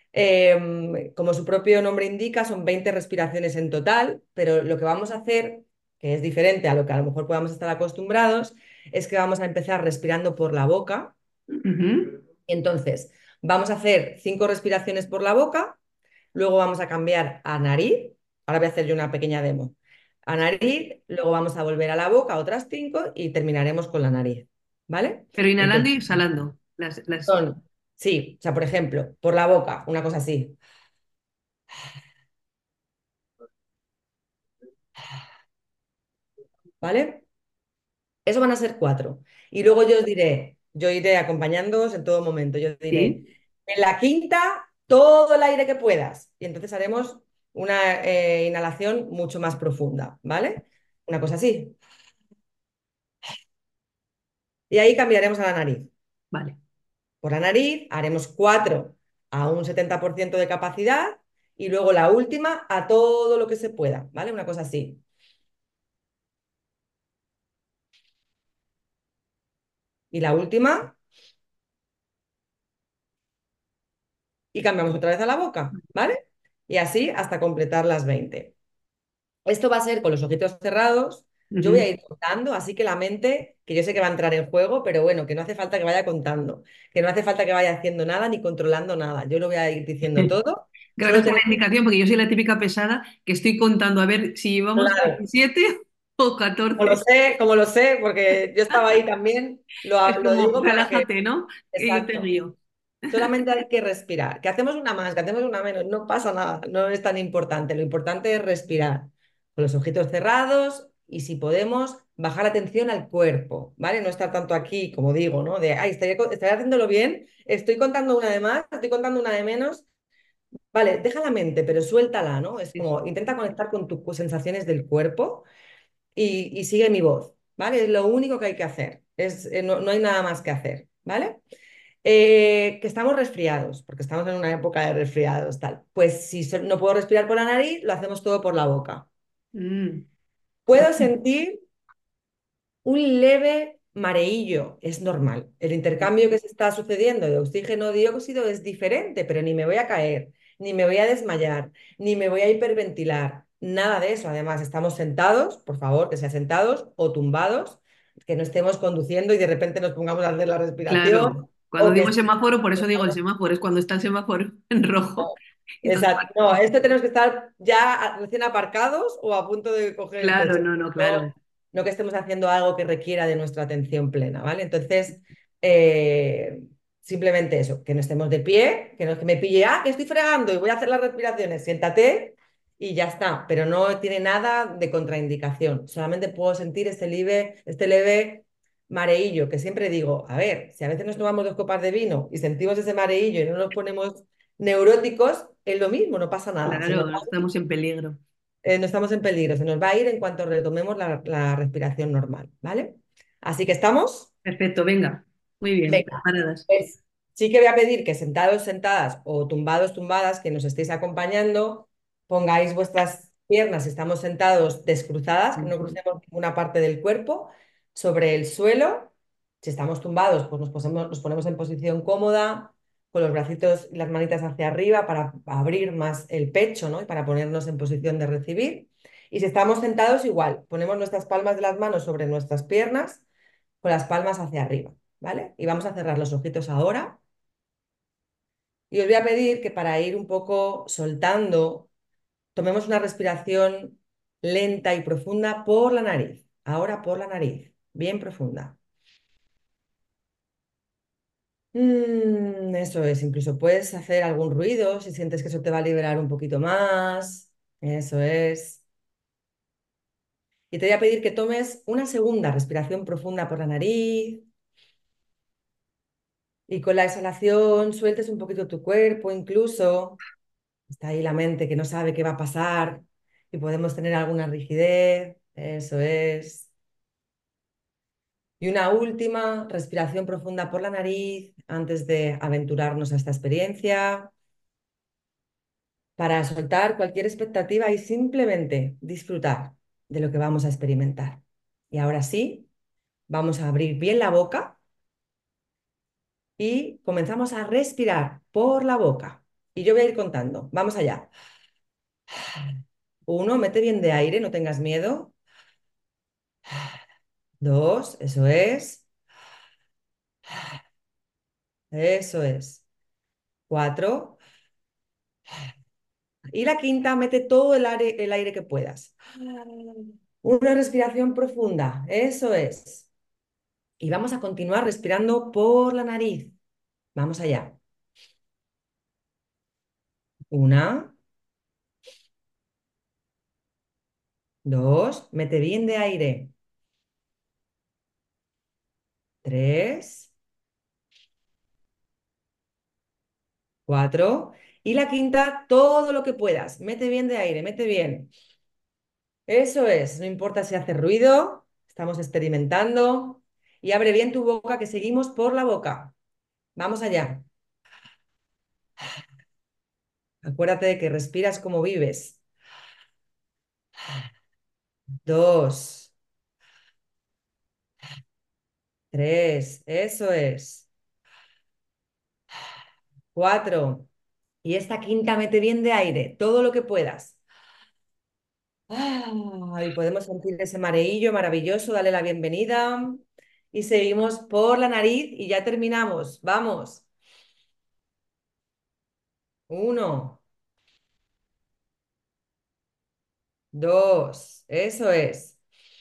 Em, como su propio nombre indica, son veinte respiraciones en total, pero lo que vamos a hacer, que es diferente a lo que a lo mejor podamos estar acostumbrados, es que vamos a empezar respirando por la boca Ujú. y Entonces, vamos a hacer cinco respiraciones por la boca, luego vamos a cambiar a nariz. Ahora voy a hacer yo una pequeña demo. A nariz, luego vamos a volver a la boca otras cinco y terminaremos con la nariz. ¿Vale? Pero inhalando y Entonces, exhalando. Las, las... son, sí, o sea, por ejemplo, por la boca, una cosa así. ¿Vale? Eso van a ser cuatro. Y luego yo os diré, yo iré acompañándoos en todo momento. Yo diré, Sí. en la quinta, todo el aire que puedas. Y entonces haremos una eh, inhalación mucho más profunda, ¿vale? Una cosa así. Y ahí cambiaremos a la nariz. Vale. Por la nariz haremos cuatro a un setenta por ciento de capacidad y luego la última a todo lo que se pueda, ¿vale? Una cosa así. Y la última y cambiamos otra vez a la boca, ¿vale? Y así hasta completar las veinte. Esto va a ser con los ojitos cerrados. Yo voy a Ujú. ir contando, así que la mente, que yo sé que va a entrar en juego, pero bueno, que no hace falta que vaya contando, que no hace falta que vaya haciendo nada ni controlando nada. Yo lo voy a ir diciendo todo. Solo Gracias por la tenemos, indicación, porque yo soy la típica pesada que estoy contando a ver si llevamos claro, diecisiete o como lo catorce. sé, como lo sé, porque yo estaba ahí también, Es lo, lo como, digo para que, relájate, ¿no? Que yo te exacto, guío. solamente hay que respirar. Que hacemos una más, que hacemos una menos, no pasa nada, no es tan importante. Lo importante es respirar con los ojitos cerrados y si podemos, bajar la atención al cuerpo, ¿vale? No estar tanto aquí, como digo, ¿no? De, ay, estaré, co- estaré haciéndolo bien, estoy contando una de más, estoy contando una de menos. Vale, deja la mente, pero suéltala, ¿no? Es Sí, sí. como, intenta conectar con tus sensaciones del cuerpo y, y sigue mi voz, ¿vale? Es lo único que hay que hacer. Es, eh, no, no hay nada más que hacer, ¿vale? Eh, que estamos resfriados, porque estamos en una época de resfriados, tal. Pues si so- no puedo respirar por la nariz, lo hacemos todo por la boca. Mm. Puedo sentir un leve mareillo, es normal. El intercambio que se está sucediendo de oxígeno-dióxido es diferente, pero ni me voy a caer, ni me voy a desmayar, ni me voy a hiperventilar, nada de eso. Además, estamos sentados, por favor, que sea sentados o tumbados, que no estemos conduciendo y de repente nos pongamos a hacer la Claro. respiración Cuando o que digo estemos... semáforo, por eso digo el semáforo, es cuando está el semáforo en rojo. Entonces, Exacto. No, esto tenemos que estar ya a- recién aparcados o a punto de coger el claro, coche. no, no, No, claro. no que estemos haciendo algo que requiera de nuestra atención plena, ¿vale? Entonces, eh, simplemente eso, que no estemos de pie, que no es que me pille, ah, que estoy fregando y voy a hacer las respiraciones, siéntate y ya está, pero no tiene nada de contraindicación. Solamente puedo sentir este leve, este leve mareillo, que siempre digo, a ver, si a veces nos tomamos dos copas de vino y sentimos ese mareillo y no nos ponemos neuróticos, es lo mismo, no pasa nada. Se nos Claro, va- estamos en peligro. eh, no estamos en peligro, se nos va a ir en cuanto retomemos la, la respiración normal, ¿vale? Así que estamos. Perfecto, venga. Muy bien, Venga, preparadas. pues sí que voy a pedir que sentados, sentadas o tumbados, tumbadas, que nos estéis acompañando, pongáis vuestras piernas, si estamos sentados, descruzadas, que no Ujú. crucemos ninguna parte del cuerpo, sobre el suelo. Si estamos tumbados, pues nos posemos- nos ponemos en posición cómoda, con los bracitos y las manitas hacia arriba para abrir más el pecho, ¿no? Y para ponernos en posición de recibir. Y si estamos sentados, igual, ponemos nuestras palmas de las manos sobre nuestras piernas, con las palmas hacia arriba. ¿Vale? Y vamos a cerrar los ojitos ahora. Y os voy a pedir que para ir un poco soltando, tomemos una respiración lenta y profunda por la nariz. Ahora por la nariz, bien profunda. Mm, eso es, incluso puedes hacer algún ruido si sientes que eso te va a liberar un poquito más. Eso es. Y te voy a pedir que tomes una segunda respiración profunda por la nariz y con la exhalación sueltes un poquito tu cuerpo incluso. Está ahí la mente que no sabe qué va a pasar y podemos tener alguna rigidez. Eso es. Y una última respiración profunda por la nariz antes de aventurarnos a esta experiencia para soltar cualquier expectativa y simplemente disfrutar de lo que vamos a experimentar. Y ahora sí, vamos a abrir bien la boca y comenzamos a respirar por la boca. Y yo voy a ir contando. Vamos allá. Uno, mete bien de aire, no tengas miedo. Dos, eso es. Eso es. Cuatro. Y la quinta, mete todo el aire, el aire que puedas. Una respiración profunda. Eso es. Y vamos a continuar respirando por la nariz. Vamos allá. Una, dos, mete bien de aire. Tres, cuatro. Y la quinta, todo lo que puedas. Mete bien de aire, mete bien. Eso es. No importa si hace ruido, estamos experimentando. Y abre bien tu boca, que seguimos por la boca. Vamos allá. Acuérdate de que respiras como vives. Dos, tres, eso es. Cuatro. Y esta quinta, mete bien de aire, todo lo que puedas. Ah, y podemos sentir ese mareillo maravilloso, dale la bienvenida. Y seguimos por la nariz y ya terminamos. Vamos. Uno, dos, eso es.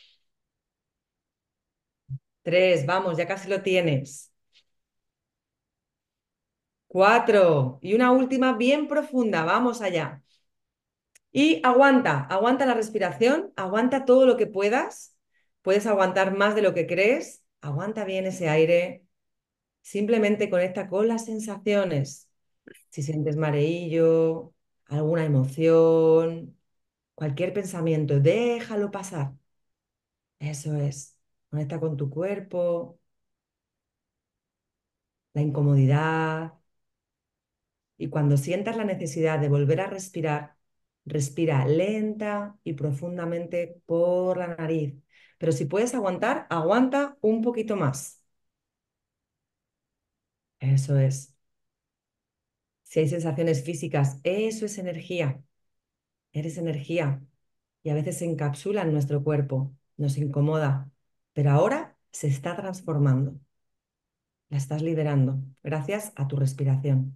Tres, vamos, ya casi lo tienes. Cuatro, y una última bien profunda, vamos allá. Y aguanta, aguanta la respiración, aguanta todo lo que puedas. Puedes aguantar más de lo que crees. Aguanta bien ese aire. Simplemente conecta con las sensaciones. Si sientes mareillo, alguna emoción, cualquier pensamiento, déjalo pasar. Eso es. Conecta con tu cuerpo, la incomodidad. Y cuando sientas la necesidad de volver a respirar, respira lenta y profundamente por la nariz. Pero si puedes aguantar, aguanta un poquito más. Eso es. Si hay sensaciones físicas, eso es energía. Eres energía. Y a veces se encapsula en nuestro cuerpo, nos incomoda. Pero ahora se está transformando. La estás liberando gracias a tu respiración.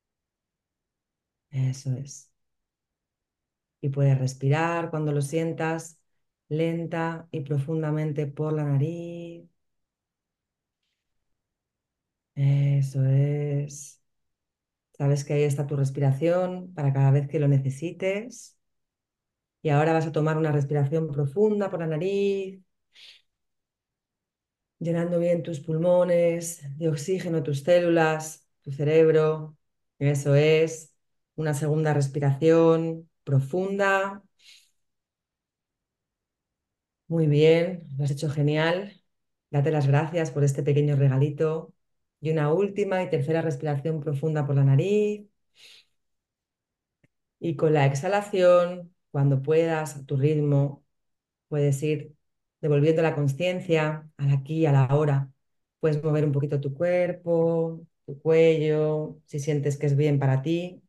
Eso es. Y puedes respirar cuando lo sientas lenta y profundamente por la nariz. Eso es. Sabes que ahí está tu respiración para cada vez que lo necesites. Y ahora vas a tomar una respiración profunda por la nariz, llenando bien tus pulmones de oxígeno, tus células, tu cerebro. Eso es. Una segunda respiración profunda. Muy bien, lo has hecho genial. Date las gracias por este pequeño regalito. Y una última y tercera respiración profunda por la nariz. Y con la exhalación, cuando puedas, a tu ritmo, puedes ir devolviendo la conciencia al aquí y a la hora. Puedes mover un poquito tu cuerpo, tu cuello, si sientes que es bien para ti.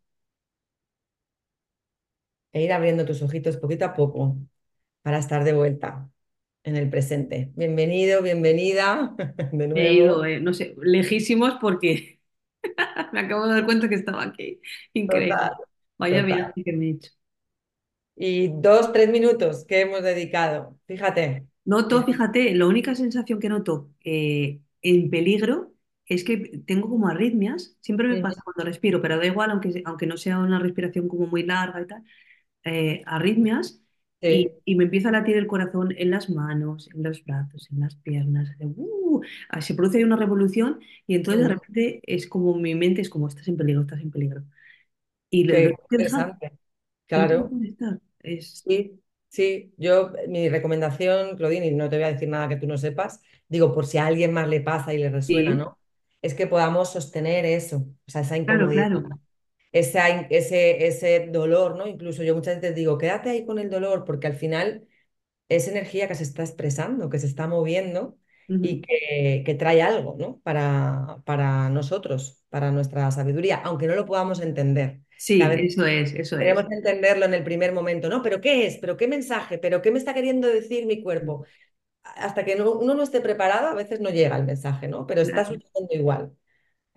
E ir abriendo tus ojitos poquito a poco para estar de vuelta en el presente. Bienvenido, bienvenida de Me he ido, nuevo. eh, no sé, lejísimos porque me acabo de dar cuenta que estaba aquí. Total, Increíble. Vaya total. viaje que me he hecho. Y dos, tres minutos que hemos dedicado. Fíjate. Noto, Fíjate. fíjate, la única sensación que noto eh, en peligro es que tengo como arritmias. Siempre me Ujú. pasa cuando respiro, pero da igual, aunque, aunque no sea una respiración como muy larga y tal, eh, arritmias y, Sí, y me empieza a latir el corazón en las manos, en los brazos, en las piernas. Hace, uh, ah, se produce ahí una revolución y entonces de ujú. repente es como mi mente es como, estás en peligro, estás en peligro. Y lo, lo Qué tengo que dejar, interesante. lo tengo Claro. que dejar. Es, Sí, sí, yo, mi recomendación, Claudine, y no te voy a decir nada que tú no sepas, digo, por si a alguien más le pasa y le resuena, sí, ¿no? Es que podamos sostener eso, o sea, esa claro, incomodidad, claro. esa in- ese, ese dolor, ¿no? Incluso yo muchas veces digo, quédate ahí con el dolor, porque al final es energía que se está expresando, que se está moviendo y Ujú. que, que trae algo, ¿no? Para, para nosotros, para nuestra sabiduría, aunque no lo podamos entender. Que a Sí, veces eso es, eso tenemos es. que entenderlo en el primer momento, ¿no? ¿Pero qué es? ¿Pero qué mensaje? ¿Pero qué me está queriendo decir mi cuerpo? Hasta que no- uno no esté preparado, a veces no llega el mensaje, ¿no? Pero está Claro. sucediendo igual.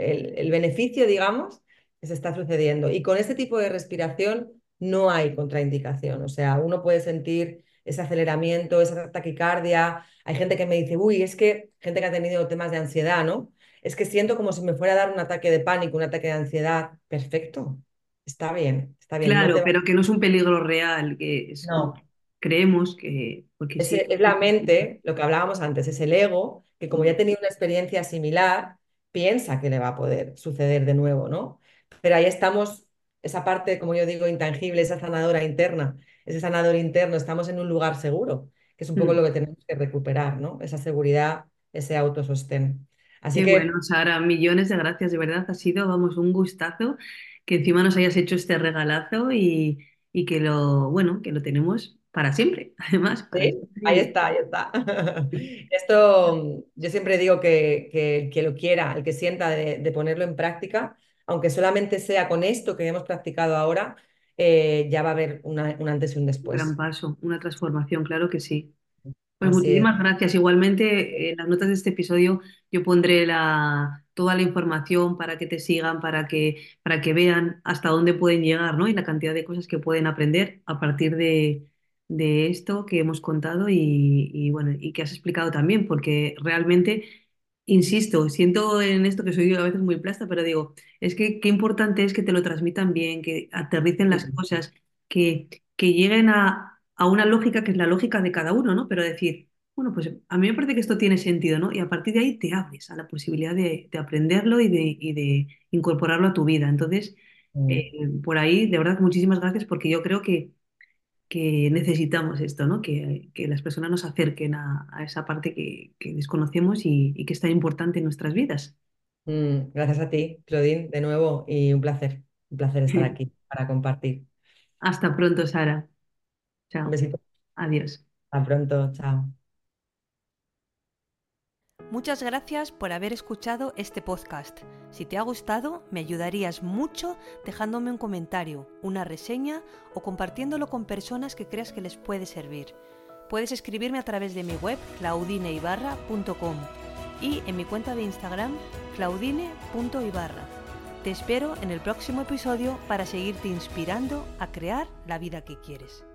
el, el beneficio, digamos, que se está sucediendo. Y con este tipo de respiración no hay contraindicación. O sea, uno puede sentir ese aceleramiento, esa taquicardia. Hay gente que me dice, uy, es que gente que ha tenido temas de ansiedad, ¿no? Es que siento como si me fuera a dar un ataque de pánico, un ataque de ansiedad. Perfecto, está bien, está bien, no te Claro, va. pero que no es un peligro real, que es como No. creemos que, porque sí. Ese- es la mente, lo que hablábamos antes, es el ego, que como ya ha tenido una experiencia similar, piensa que le va a poder suceder de nuevo, ¿no? Pero ahí estamos, esa parte, como yo digo, intangible, esa sanadora interna, ese sanador interno, estamos en un lugar seguro, que es un poco Mm. lo que tenemos que recuperar, ¿no? Esa seguridad, ese autosostén. Así Qué bueno, que Sara, millones de gracias, de verdad, ha sido, vamos, un gustazo que encima nos hayas hecho este regalazo y, y que lo, bueno, que lo tenemos para siempre, además, para sí, siempre. ahí y- está, ahí está. Esto, yo siempre digo que, que el que lo quiera, el que sienta de, de ponerlo en práctica, aunque solamente sea con esto que hemos practicado ahora, eh, ya va a haber una- un antes y un Un gran después. paso, una transformación, claro que sí. Pues Así es. muchísimas gracias. Igualmente, en las notas de este episodio yo pondré la, toda la información para que te sigan, para que, para que vean hasta dónde pueden llegar, ¿no? Y la cantidad de cosas que pueden aprender a partir de, de esto que hemos contado y, y, bueno, y que has explicado también, porque realmente, insisto, siento en esto que soy a veces muy plasta, pero digo, es que qué importante es que te lo transmitan bien, que aterricen las cosas, que, que lleguen a, a una lógica que es la lógica de cada uno, ¿no? Pero decir, bueno, pues a mí me parece que esto tiene sentido, ¿no? Y a partir de ahí te abres a la posibilidad de, de aprenderlo y de, y de incorporarlo a tu vida. Entonces, eh, Mm, por ahí, de verdad, muchísimas gracias porque yo creo que, que necesitamos esto, ¿no? Que, que las personas nos acerquen a, a esa parte que, que desconocemos y, y que es tan importante en nuestras vidas. mm, gracias a ti, Claudine, de nuevo, y un placer, un placer estar aquí para compartir. Hasta pronto, Sara. Un Chao. besito, Adiós. hasta pronto, chao. Muchas gracias por haber escuchado este podcast. Si te ha gustado, me ayudarías mucho dejándome un comentario, una reseña o compartiéndolo con personas que creas que les puede servir. Puedes escribirme a través de mi web claudineibarra punto com y en mi cuenta de Instagram claudine punto ibarra. Te espero en el próximo episodio para seguirte inspirando a crear la vida que quieres.